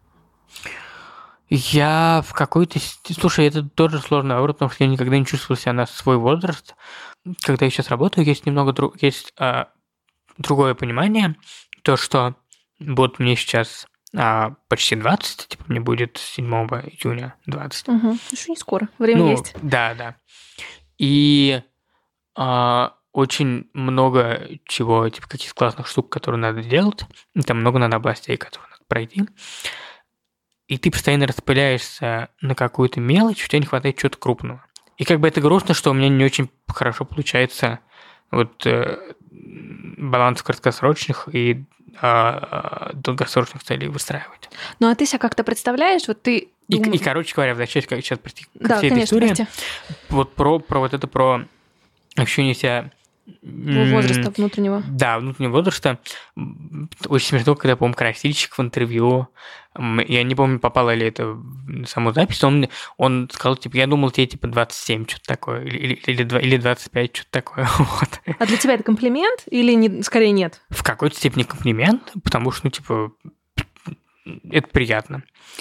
Я в какой-то... Слушай, это тоже сложный вопрос, потому что я никогда не чувствовал себя на свой возраст. Когда я сейчас работаю, есть немного друг... есть а, другое понимание. То, что вот мне сейчас а, почти двадцать, типа мне будет седьмого июня двадцать. Угу. Еще не скоро, время ну, есть. Да, да. И а, очень много чего, типа каких-то классных штук, которые надо делать. И там много надо областей, которые надо пройти. И ты постоянно распыляешься на какую-то мелочь, у тебя не хватает чего-то крупного. И как бы это грустно, что у меня не очень хорошо получается вот э, баланс краткосрочных и э, долгосрочных целей выстраивать. Ну а ты себя как-то представляешь? Вот ты и, дум... и, короче говоря, возвращаясь как сейчас прости, к да, всей конечно, этой истории, прости. вот про, про вот это, про ощущение себя... возраста внутреннего. Да, внутреннего возраста. Очень смешно, когда, по-моему, красильщик в интервью, я не помню, попало ли это в саму запись, он, он сказал, типа, я думал, тебе, типа, двадцать семь, что-то такое, или, или, или двадцать пять, что-то такое. Вот. А для тебя это комплимент или не, скорее нет? В какой-то степени комплимент, потому что, ну, типа, это приятно.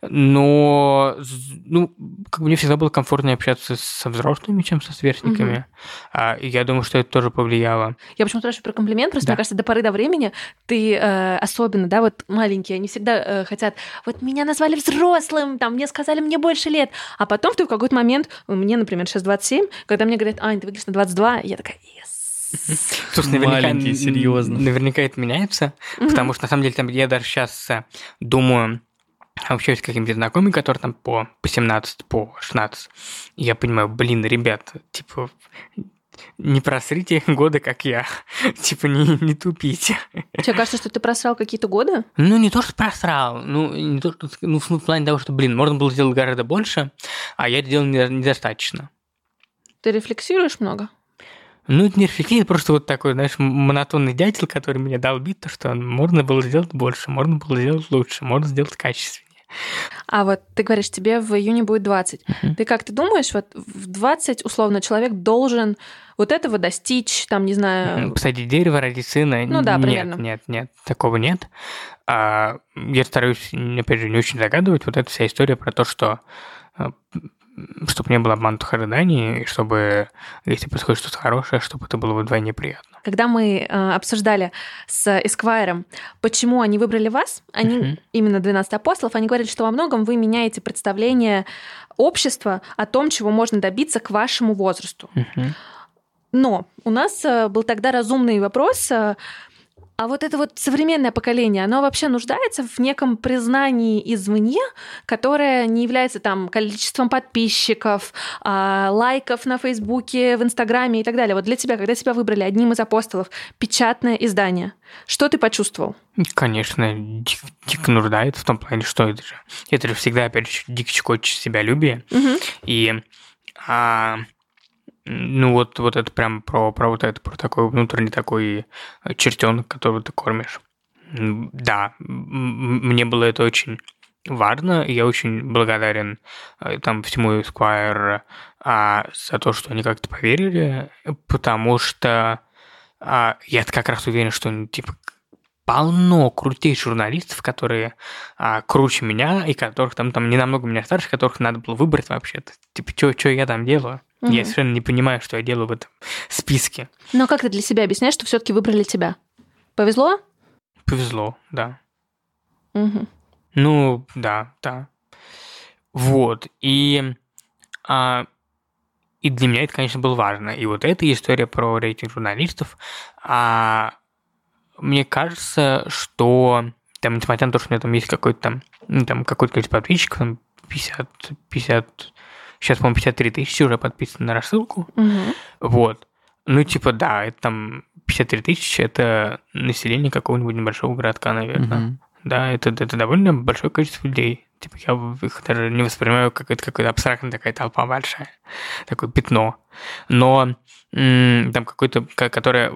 Но, ну, как бы мне всегда было комфортнее общаться со взрослыми, чем со сверстниками. Угу. А, и я думаю, что это тоже повлияло. Я почему-то спрашиваю про комплимент, просто, да. мне кажется, до поры до времени ты э, особенно, да, вот маленькие, они всегда э, хотят, вот меня назвали взрослым, там, мне сказали, мне больше лет, а потом ты в какой-то момент, мне, например, сейчас двадцать семь, когда мне говорят, Ань, ты выглядишь на двадцать два, я такая, yes. Слушай, наверняка, серьезно. Наверняка это меняется, mm-hmm. потому что, на самом деле, там, я даже сейчас думаю, общаюсь с какими-то знакомыми, которые там по, по семнадцать, по шестнадцать, и я понимаю, блин, ребят, типа, не просрите годы, как я, типа, не, не тупите. Тебе кажется, что ты просрал какие-то годы? Ну, не то, что просрал, ну, не то, что, ну, в плане того, что, блин, можно было сделать гораздо больше, а я это делал недостаточно. Ты рефлексируешь много? Ну, это не рефлексия, просто вот такой, знаешь, монотонный дятел, который меня долбит, то, что можно было сделать больше, можно было сделать лучше, можно сделать качественнее. А вот ты говоришь, тебе в июне будет двадцать. Uh-huh. Ты как, ты думаешь, вот в двадцать, условно, человек должен вот этого достичь, там, не знаю... Посадить дерево, родить сына? Ну да, нет, примерно. Нет, нет, такого нет. А, я стараюсь, опять же, не очень загадывать. Вот эта вся история про то, что... чтобы не было обманутых ожиданий, и чтобы, если происходит что-то хорошее, чтобы это было вдвойне приятно. Когда мы э, обсуждали с Esquire, почему они выбрали вас, они, uh-huh. именно двенадцать апостолов, они говорили, что во многом вы меняете представление общества о том, чего можно добиться к вашему возрасту. Uh-huh. Но у нас э, был тогда разумный вопрос... Э, А вот это вот современное поколение, оно вообще нуждается в неком признании извне, которое не является там количеством подписчиков, лайков на Фейсбуке, в Инстаграме и так далее. Вот для тебя, когда тебя выбрали одним из апостолов, печатное издание, что ты почувствовал? Конечно, дико, дико нуждается в том плане, что это же, это же всегда, опять же, дико щекочет себялюбие. Угу. И... А... Ну вот, вот это прям про, про вот это, про такой внутренний такой чертенок, которого ты кормишь. Да, мне было это очень важно, и я очень благодарен там всему Esquire а, за то, что они как-то поверили, потому что а, я как раз уверен, что типа полно крутейших журналистов, которые а, круче меня, и которых там, там не намного меня старше, которых надо было выбрать вообще-то. Типа, что я там делаю? Угу. Я совершенно не понимаю, что я делаю в этом списке. Но как ты для себя объясняешь, что все-таки выбрали тебя? Повезло? Повезло, да. Угу. Ну, да, да. Вот. И, а, и для меня это, конечно, было важно. И вот эта история про рейтинг журналистов, а, мне кажется, что там, несмотря на то, что у меня там есть какой-то там, ну, там какое-то количество подписчиков, там пятьдесят, пятьдесят, сейчас, по-моему, пятьдесят три тысячи уже подписаны на рассылку. Угу. Вот. Ну, типа, да, это там пятьдесят три тысячи, это население какого-нибудь небольшого городка, наверное. Угу. Да, это, это довольно большое количество людей. Типа, я их даже не воспринимаю как это какая-то абстрактная такая толпа большая, такое пятно. Но м- там какой-то, которое...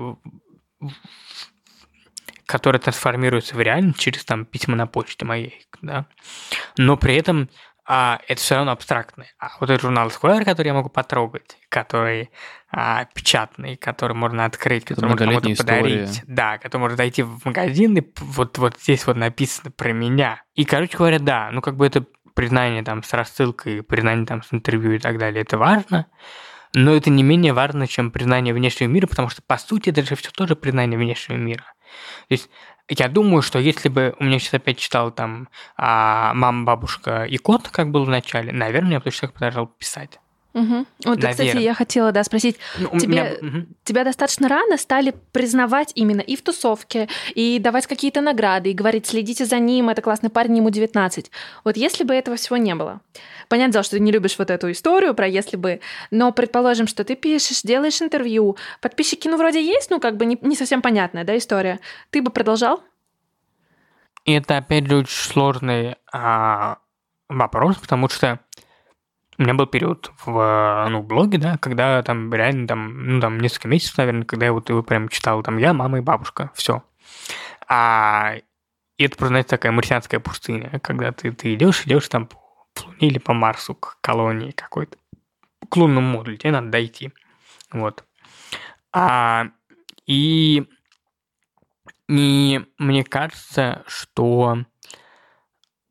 которая трансформируется в реальность через там письма на почте моей, да, но при этом а, это все равно абстрактное. А вот этот журнал Esquire, который я могу потрогать, который а, печатный, который можно открыть, который можно кому-то подарить, да, который можно зайти в магазин, и вот, вот здесь вот написано про меня. И, короче говоря, да, ну как бы это признание там с рассылкой, признание там с интервью и так далее, это важно, но это не менее важно, чем признание внешнего мира, потому что, по сути, это же все тоже признание внешнего мира. То есть я думаю, что если бы у меня сейчас опять читал там а, «Мама, бабушка и кот», как было в начале, наверное, я бы точно так продолжал писать. Угу. Вот, да, кстати, я хотела, да, спросить, ну, тебе, меня... тебя достаточно рано стали признавать именно и в тусовке, и давать какие-то награды, и говорить, следите за ним, это классный парень, ему девятнадцать. Вот если бы этого всего не было, понятное дело, что ты не любишь вот эту историю про «если бы», но предположим, что ты пишешь, делаешь интервью, подписчики, ну, вроде есть, ну, как бы не, не совсем понятная, да, история. Ты бы продолжал? И это, опять же, очень сложный а, вопрос, потому что у меня был период в ну, блоге, да, когда там реально там, ну, там несколько месяцев, наверное, когда я вот его прям читал, там я, мама и бабушка, все. А, и это просто, знаете, такая марсианская пустыня, когда ты, ты идешь, идешь там по Луне или по Марсу к колонии какой-то, к лунному модулю, тебе надо дойти. Вот. А, и, и мне кажется, что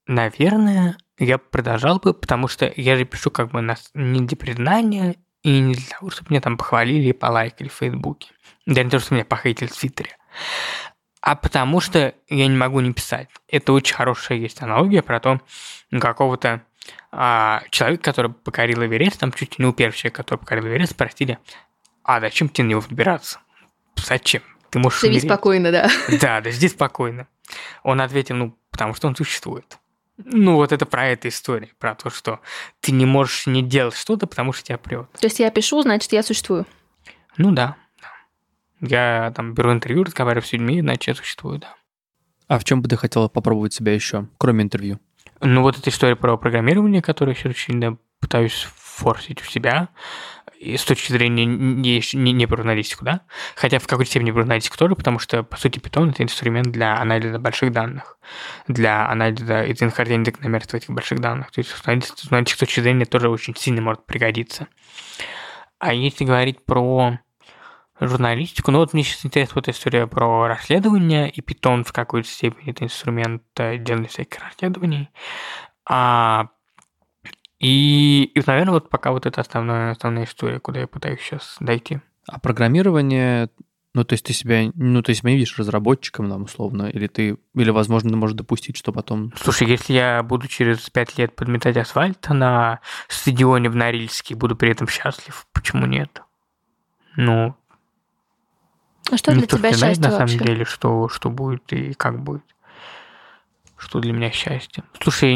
наверное, я продолжал бы, потому что я же пишу как бы на, не для признания и не для того, чтобы меня там похвалили и полайкали в Фейсбуке. Да не то, что меня похейтили в Твиттере. А потому что я не могу не писать. Это очень хорошая есть аналогия про то, какого-то а, человека, который покорил Эверест, там чуть ли не у первого человека, который покорил Эверест, спросили, а зачем тебе на него выбираться? Зачем? Ты можешь Живи умереть. спокойно, да. Да, да, жди спокойно. Он ответил, ну, потому что он существует. Ну, вот это про эту историю, про то, что ты не можешь не делать что-то, потому что тебя прет. То есть я пишу, значит, я существую. Ну да, да. Я там беру интервью, разговариваю с людьми, значит, я существую, да. А в чем бы ты хотела попробовать себя еще, кроме интервью? Ну, вот эта история про программирование, которую я очень сильно пытаюсь форсить у себя, и с точки зрения не, не, не про журналистику, да? Хотя в какой-то степени про журналистику тоже, потому что, по сути, Python — это инструмент для анализа больших данных, для анализа и нахождения закономерности в этих больших данных. То есть с журналистической точки зрения тоже очень сильно может пригодиться. А если говорить про журналистику, ну вот мне сейчас интересна вот история про расследование, и Python в какой-то степени это инструмент делания всяких расследований. А И, и, наверное, вот пока вот это основная, основная история, куда я пытаюсь сейчас дойти. А программирование, ну, то есть ты себя, ну, ты себя не видишь разработчиком, там, условно, или ты, или, возможно, можешь допустить, что потом... Слушай, если я буду через пять лет подметать асфальт на стадионе в Норильске и буду при этом счастлив, почему нет? Ну... А что для тебя не знает, счастье на вообще? самом деле, что, что будет и как будет. Что для меня счастье? Слушай,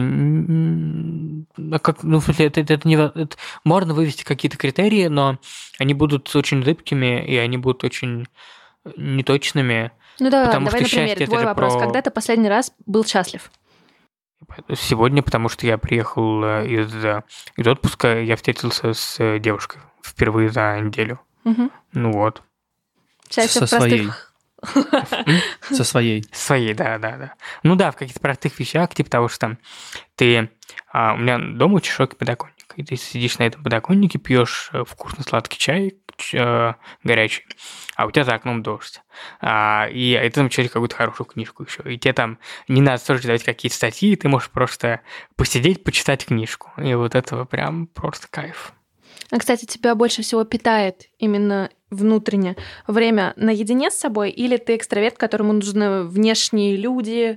а как, ну, в смысле, это, это, это не, это, можно вывести какие-то критерии, но они будут очень зыбкими, и они будут очень неточными. Ну да, потому давай что на примере. Твой вопрос. про... Когда ты последний раз был счастлив? Сегодня, потому что я приехал из, из отпуска, я встретился с девушкой впервые за неделю. Угу. Ну вот. Счастье Со в своей. простых... Со своей. Своей, да, да, да. Ну да, в каких-то простых вещах, типа того, что ты... А, у меня дома очень широкий подоконник, и ты сидишь на этом подоконнике, пьешь вкусный сладкий чай, ч, горячий, а у тебя за окном дождь. А, и, и ты там читаешь какую-то хорошую книжку еще. И тебе там не надо тоже читать какие-то статьи, ты можешь просто посидеть, почитать книжку. И вот этого прям просто кайф. А, кстати, тебя больше всего питает именно внутренне время наедине с собой, или ты экстраверт, которому нужны внешние люди?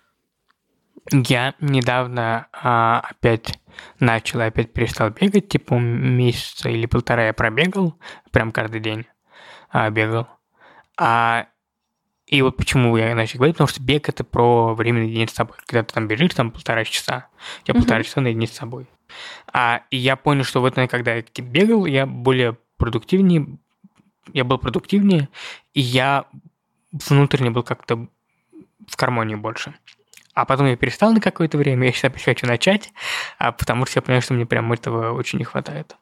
Я недавно а, опять начал, опять перестал бегать, типа месяца или полтора я пробегал, прям каждый день а, бегал. А, и вот почему я начал говорить, потому что бег — это про время наедине с собой. Когда ты там бежишь, там полтора часа, я uh-huh. полтора часа наедине с собой. А, и я понял, что вот когда я бегал, я более продуктивнее, я был продуктивнее, и я внутренне был как-то в гармонии больше. А потом я перестал на какое-то время, я сейчас опять хочу начать, а потому что я понимаю, что мне прям этого очень не хватает.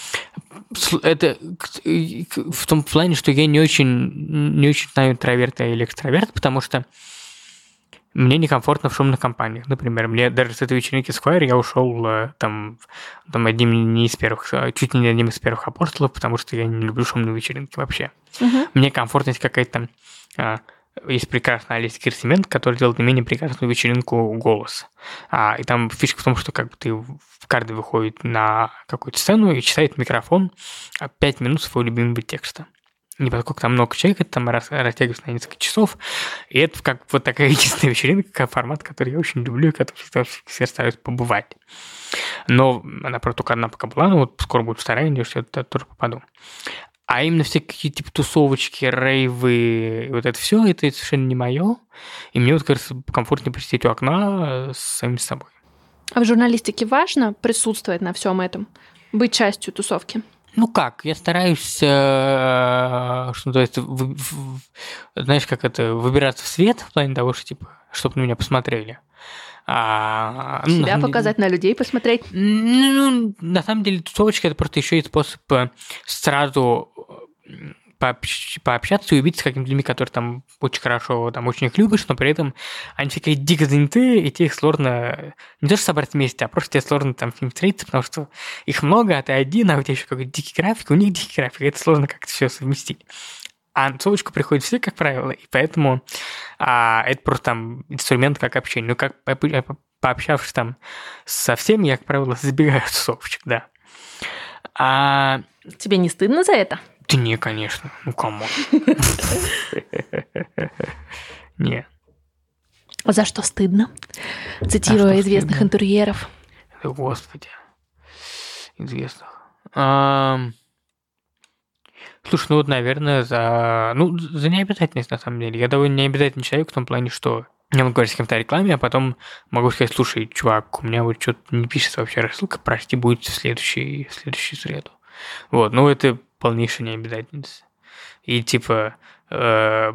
Это в том плане, что я не очень, не очень знаю, интроверт или экстраверт, потому что мне некомфортно в шумных компаниях. Например, мне даже с этой вечеринки Square я ушел там, там одним не из первых, чуть не одним из первых апостолов, потому что я не люблю шумные вечеринки вообще. Uh-huh. Мне комфортно, если какая-то... Есть прекрасный Олеся Кирсимент, который делает не менее прекрасную вечеринку «Голос». А, и там фишка в том, что как бы ты каждый выходит на какую-то сцену и читает микрофон пять минут своего любимого текста. Не поскольку там много человек, это там рас, растягивается на несколько часов. И это как вот такая единственная вечеринка, как формат, который я очень люблю и который всегда стараюсь побывать. Но она просто только одна пока была, но вот скоро будет вторая, надеюсь, что я туда тоже попаду. А именно все какие-то типа тусовочки, рейвы, вот это все, это совершенно не мое. И мне вот кажется комфортнее посидеть у окна с самим собой. А в журналистике важно присутствовать на всем этом, быть частью тусовки? Ну как, я стараюсь, э, что то есть, в, в, знаешь, как это, выбираться в свет в плане того, что типа, чтобы на меня посмотрели. А, Себя ну, показать, на людей посмотреть. Ну, ну, на самом деле, тусовочка — это просто еще и способ сразу пообщ- пообщаться и увидеться с какими-то людьми, которые там очень хорошо, там очень их любишь, но при этом они такие дико заняты, и тебе их сложно не то что собрать вместе, а просто тебе сложно там с ними встретиться, потому что их много, а ты один, а у тебя еще какой-то дикий график, у них дикий график, и это сложно как-то все совместить. А совочку приходят все, как правило, и поэтому а, это просто там инструмент как общение. Ну, как по- по- пообщавшись там со всеми, я, как правило, забегаю в совочек, да. А... Тебе не стыдно за это? Да не, конечно. Ну, камон. Не. За что стыдно? Цитируя что известных стыдно? интерьеров. Да, Господи. Известных. Ам, Слушай, ну вот, наверное, за... Ну, за необязательность, на самом деле. Я довольно необязательный человек в том плане, что я могу говорить с кем-то о рекламе, а потом могу сказать, слушай, чувак, у меня вот что-то не пишется вообще рассылка, прости, будет в следующий, в следующую среду. Вот, ну это полнейшая необязательность. И типа... э,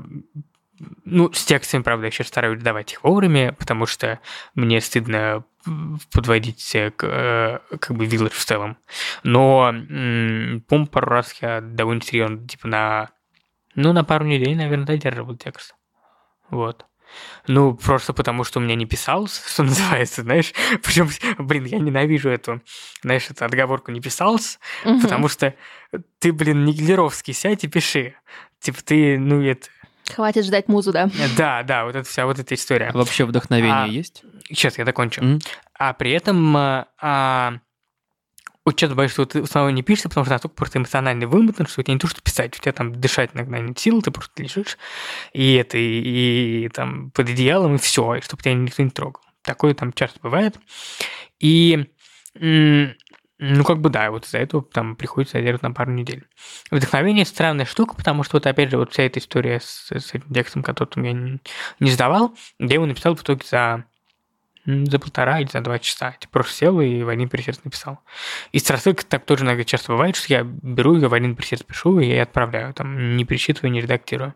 Ну, с текстами, правда, я сейчас стараюсь давать их вовремя, потому что мне стыдно подводить к, э, как бы вилледж в целом. Но, м, помню, пару раз я довольно серьезно, типа на, ну, на пару недель, наверное, додерживал текст. Вот. Ну, просто потому, что у меня не писался, что называется, знаешь. Причем, блин, я ненавижу эту, знаешь, эту отговорку «не писался», Мгм. потому что ты, блин, не Гитлеровский, сядь и пиши. Типа ты, ну, это... Хватит ждать музу, да. Да, да, вот эта вся вот эта история. А вообще вдохновение А, есть? Сейчас я закончу. М? А при этом а, а, вот часто бывает, что ты самого не пишешь, потому что настолько просто эмоционально вымотан, что у тебя не то, что писать, у тебя там дышать иногда нет сил, ты просто лежишь, и это, и, и там под одеялом, и все, и чтобы тебя никто не трогал. Такое там часто бывает. И, м, ну, как бы да, вот из-за этого там приходится задерживать на пару недель. Вдохновение – странная штука, потому что вот опять же вот вся эта история с, с этим текстом, который ты мне не, не сдавал, я его написал в итоге за, м, за полтора или за два часа. Типа просто сел и в один присест написал. И с рассылкой так тоже иногда часто бывает, что я беру ее в один присест пишу и отправляю, там не пересчитываю, не редактирую.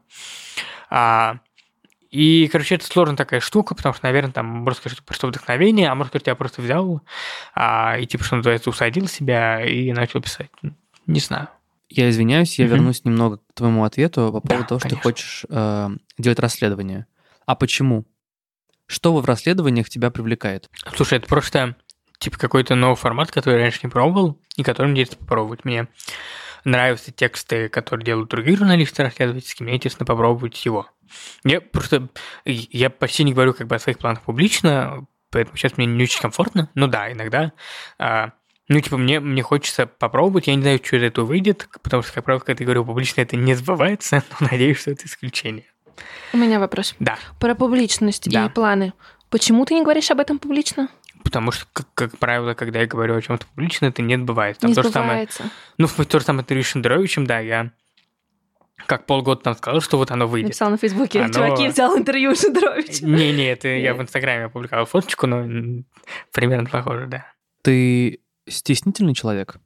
А, и, короче, это сложная такая штука, потому что, наверное, там, можно сказать, что просто вдохновение, а может сказать, я просто взял а, и, типа, что называется, усадил себя и начал писать. Не знаю. Я извиняюсь, я Мгм. вернусь немного к твоему ответу по Да, поводу того, что ты конечно. хочешь э, делать расследование. А почему? Что в расследованиях тебя привлекает? Слушай, это просто, типа, какой-то новый формат, который я раньше не пробовал, и который мне интересно попробовать. Мне нравятся тексты, которые делают другие журналисты расследовательские, мне интересно попробовать его. Я просто, я почти не говорю как бы о своих планах публично, поэтому сейчас мне не очень комфортно. Ну да, иногда, а, ну типа мне, мне хочется попробовать, я не знаю, что из этого выйдет, потому что, как правило, когда я говорю публично, это не сбывается, но надеюсь, что это исключение. У меня вопрос. Да, Про публичность Да. и планы. Почему ты не говоришь об этом публично? потому что, как, как правило, когда я говорю о чем-то публично, это не сбывается. Там не то же самое, сбывается. ну, в то же самое интервью с Шендеровичем, да, я как полгода там сказал, что вот оно выйдет. Написал на Фейсбуке. Оно- Чуваки, взял интервью у Шендеровича. Не-не, это я в Инстаграме опубликовал фоточку, но м, примерно похоже, да. Ты стеснительный человек?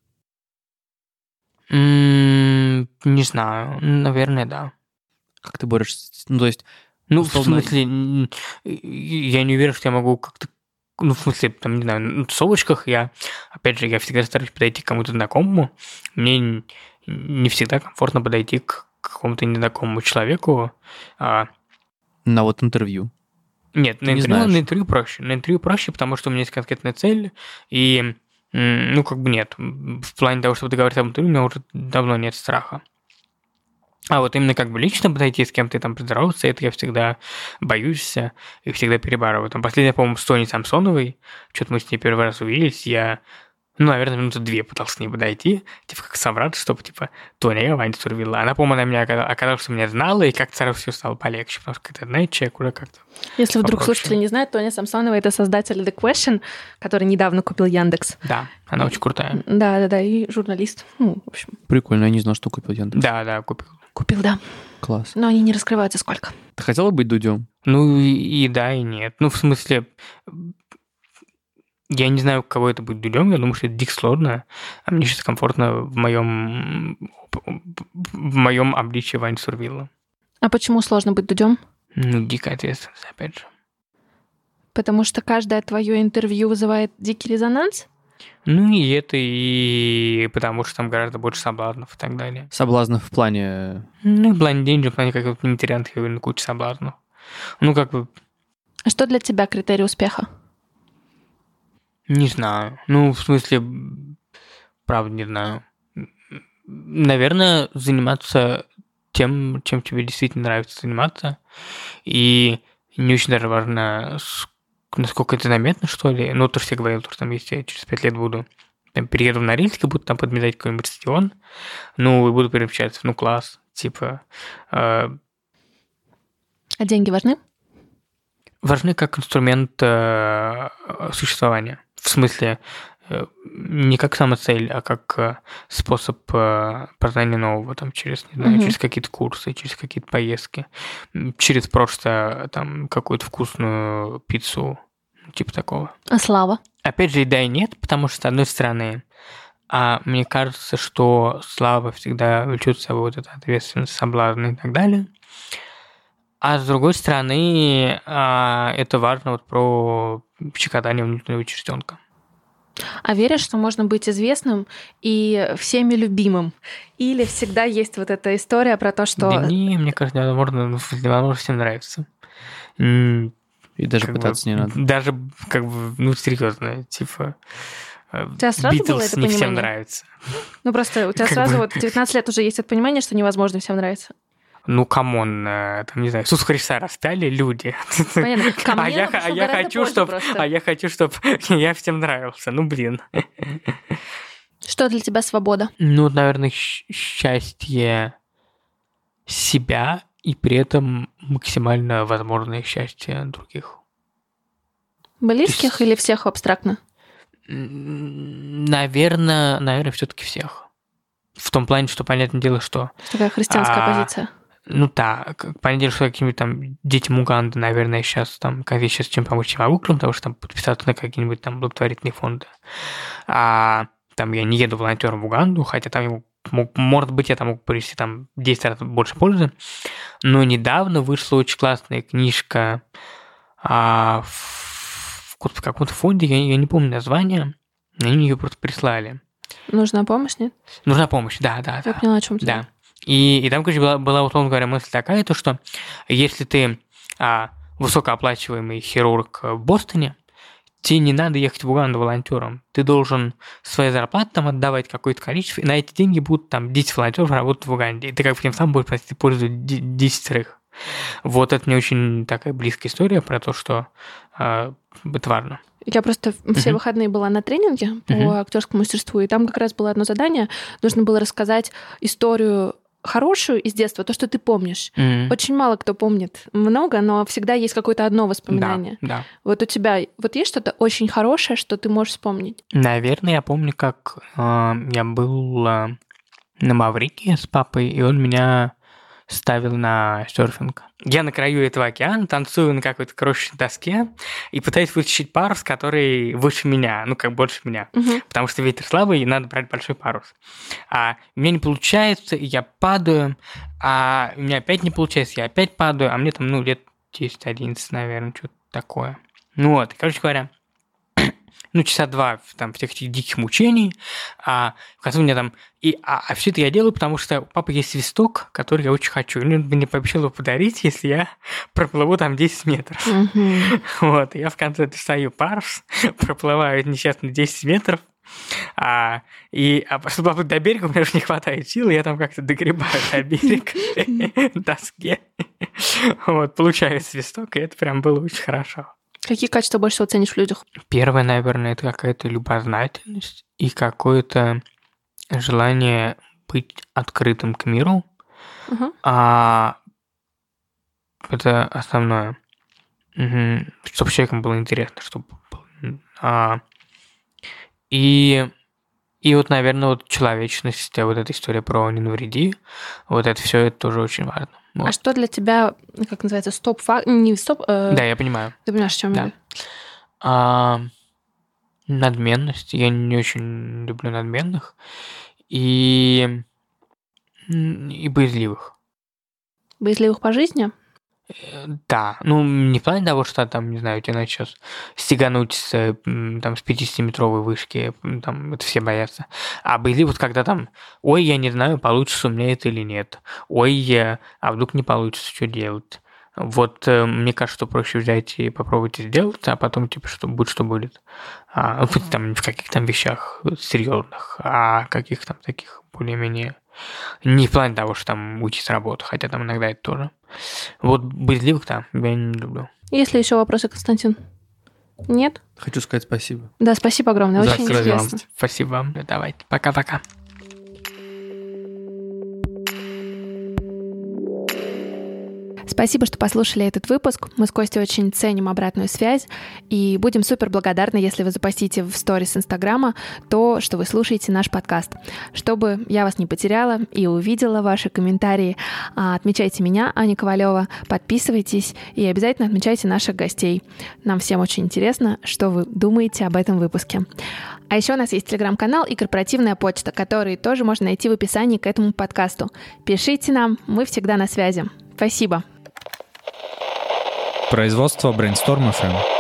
М, Не знаю, наверное, да. Как ты борешься? с- Ну, то есть, Ну, Условно- в смысле, м, я не уверен, что я могу как-то, ну, в смысле, там, не знаю, на тусовочках я, опять же, я всегда стараюсь подойти к кому-то знакомому. Мне н- не всегда комфортно подойти к какому-то незнакомому человеку. А, на вот интервью. Нет, на не интервью, знаешь. на интервью проще. На интервью проще, потому что у меня есть конкретная цель, и, м, ну, как бы нет. В плане того, чтобы договориться об интервью, у меня уже давно нет страха. А вот именно как бы лично подойти с кем-то и там поздороваться, это я всегда боюсь и всегда перебарываю. Там последняя, по-моему, с Соней Самсоновой, что-то мы с ней первый раз увиделись, я, ну, наверное, минуты две пытался к ней подойти, типа как собрат, чтобы, типа, Тоня, я Ваня Турвила. Она, по-моему, она меня оказалось, оказалось, что меня знала, и как-то сразу все стало полегче, потому что, знаете, человек уже как-то... Если вдруг Попроще. слушатели не знают, Тоня Самсонова — это создатель The Question, который недавно купил Яндекс. Да, она очень крутая. Да-да-да, и журналист. Ну, в общем, Прикольно, я не знал, что купил Яндекс. Да, да, купил. купил, да. Класс. Но они не раскрываются сколько. Ты хотела быть Дудем? Ну, и, и да, и нет. Ну, в смысле, я не знаю, кого это будет Дудем, я думаю, что это дико сложно, а мне сейчас комфортно в моем в моем обличии Вани Сурвилла. А почему сложно быть Дудем? Ну, дикая ответственность, опять же. Потому что каждое твое интервью вызывает дикий резонанс? Ну, и это, и потому что там гораздо больше соблазнов и так далее. Соблазнов в плане... Ну, в плане денег, в плане как материальных, я уверен, куча соблазнов. Ну, как бы, А что для тебя критерий успеха? не знаю. Ну, в смысле, правда, не знаю. Наверное, заниматься тем, чем тебе действительно нравится заниматься. И не очень даже важно, насколько это заметно, что ли. Ну, то, что я говорил, что там, если я через пять лет буду там, перееду в Норильск и буду там подметать какой-нибудь стадион, ну, и буду перемещаться, ну, класс, типа... Э... А деньги важны? Важны как инструмент э, существования. В смысле, э, не как самоцель, а как э, способ э, познания нового, там, через, не знаю, mm-hmm. через какие-то курсы, через какие-то поездки, через просто там какую-то вкусную пиццу, типа такого. А слава? Опять же, и да, и нет, потому что, с одной стороны, а мне кажется, что слава всегда влечет с собой вот эту ответственность, соблазн и так далее. А с другой стороны, а, это важно вот про щекотание внутреннего чертенка. А веришь, что можно быть известным и всеми любимым? Или всегда есть вот эта история про то, что... Да не, мне кажется, невозможно, невозможно всем нравится. И даже как пытаться бы, не надо. Даже, как бы, ну, серьезно, типа... У тебя сразу Битлз было это не понимание? всем нравится. Ну, просто у тебя как сразу бы... вот в девятнадцать лет уже есть это понимание, что невозможно всем нравиться. Ну, камон, там, не знаю, Иисуса Христа распяли люди. Понятно. Ко мне а, я, а, я хочу, чтоб, а я хочу, чтобы я всем нравился. Ну, блин. Что для тебя свобода? Ну, наверное, счастье себя и при этом максимально возможное счастье других. Близких есть... или всех абстрактно? Наверное, наверное, все-таки всех. В том плане, что, понятное дело, что... Такая христианская а, позиция. Ну да, понятное дело, что каким-нибудь там детям Уганды, наверное, сейчас там, как я сейчас чем помочь не могу, кроме того, что там подписаться на какие-нибудь там благотворительные фонды. А там я не еду волонтером в Уганду, хотя там, мог, может быть, я там мог привести там десять раз больше пользы. Но недавно вышла очень классная книжка а, в, в каком-то фонде, я, я не помню название, они ее просто прислали. Нужна помощь, нет? Нужна помощь, да, да. Я да. поняла, о чем ты. Да. И, и там, короче, была, была, условно говоря, мысль такая, то, что если ты а, высокооплачиваемый хирург в Бостоне, тебе не надо ехать в Уганду волонтером. Ты должен свои зарплаты там отдавать какое-то количество, и на эти деньги будут там десять волонтеров работать в Уганде. И ты как бы тем самым будешь просить пользу десятерых. Вот это мне очень такая близкая история про то, что э, это важно. Я просто все uh-huh. выходные была на тренинге по uh-huh. актерскому мастерству, и там как раз было одно задание. Нужно было рассказать историю хорошую из детства, то, что ты помнишь. Mm-hmm. Очень мало кто помнит много, но всегда есть какое-то одно воспоминание. Да, да. Вот у тебя вот есть что-то очень хорошее, что ты можешь вспомнить? Наверное, я помню, как э, я был э, на Маврикии с папой, и он меня ставил на серфинг. Я на краю этого океана танцую на какой-то крошечной доске и пытаюсь вытащить парус, который выше меня, ну, как больше меня. Uh-huh. Потому что ветер слабый, и надо брать большой парус. А у меня не получается, и я падаю, а у меня опять не получается, я опять падаю, а мне там, ну, лет десять-одиннадцать, наверное, что-то такое. Ну вот, короче говоря, ну, часа два там, всех этих диких мучений, а в конце у меня там... И, а, а все это я делаю, потому что у папы есть свисток, который я очень хочу. И он мне пообещал его подарить, если я проплыву там десять метров. Mm-hmm. Вот, и я в конце достаю парус, проплываю несчастные десять метров, а, и а, чтобы доплыть до берега, у меня уже не хватает сил, и я там как-то догребаю до берега в доске. Вот, получаю свисток, и это прям было очень хорошо. Какие качества больше всего ценишь в людях? Первое, наверное, это какая-то любознательность и какое-то желание быть открытым к миру. Uh-huh. А, это основное. Угу. Чтобы человеком было интересно, чтобы... А, и, и вот, наверное, вот человечность, вот эта история про «не навреди», вот это все это тоже очень важно. Вот. А что для тебя, как называется, стоп-факт? Не стоп... Э... Да, я понимаю. Ты понимаешь, о чем да. я? А, надменность. Я не очень люблю надменных. И, и боязливых. Боязливых по жизни? Да, ну не в плане того, что там, не знаю, тебе надо сейчас стегануть с, там, с пятидесятиметровой вышки, там это все боятся. А были вот когда там, ой, я не знаю, получится у меня это или нет. Ой, а вдруг не получится, что делать. Вот э, мне кажется, что проще взять и попробовать сделать, а потом, типа, что будет, что будет. А, там, в каких там вещах серьезных, а каких там таких более-менее... Не в плане того, что там учить работу, хотя там иногда это тоже. Вот боязливых там я не люблю. Есть ли еще вопросы, Константин? Нет? Хочу сказать спасибо. Да, спасибо огромное, За очень интересно. Спасибо вам. Давайте, пока-пока. Спасибо, что послушали этот выпуск. Мы с Костей очень ценим обратную связь и будем супер благодарны, если вы запостите в сторис Инстаграма то, что вы слушаете наш подкаст. Чтобы я вас не потеряла и увидела ваши комментарии, отмечайте меня, Аня Ковалева, подписывайтесь и обязательно отмечайте наших гостей. Нам всем очень интересно, что вы думаете об этом выпуске. А еще у нас есть телеграм-канал и корпоративная почта, которые тоже можно найти в описании к этому подкасту. Пишите нам, мы всегда на связи. Спасибо. Производство Brainstorm эф эм.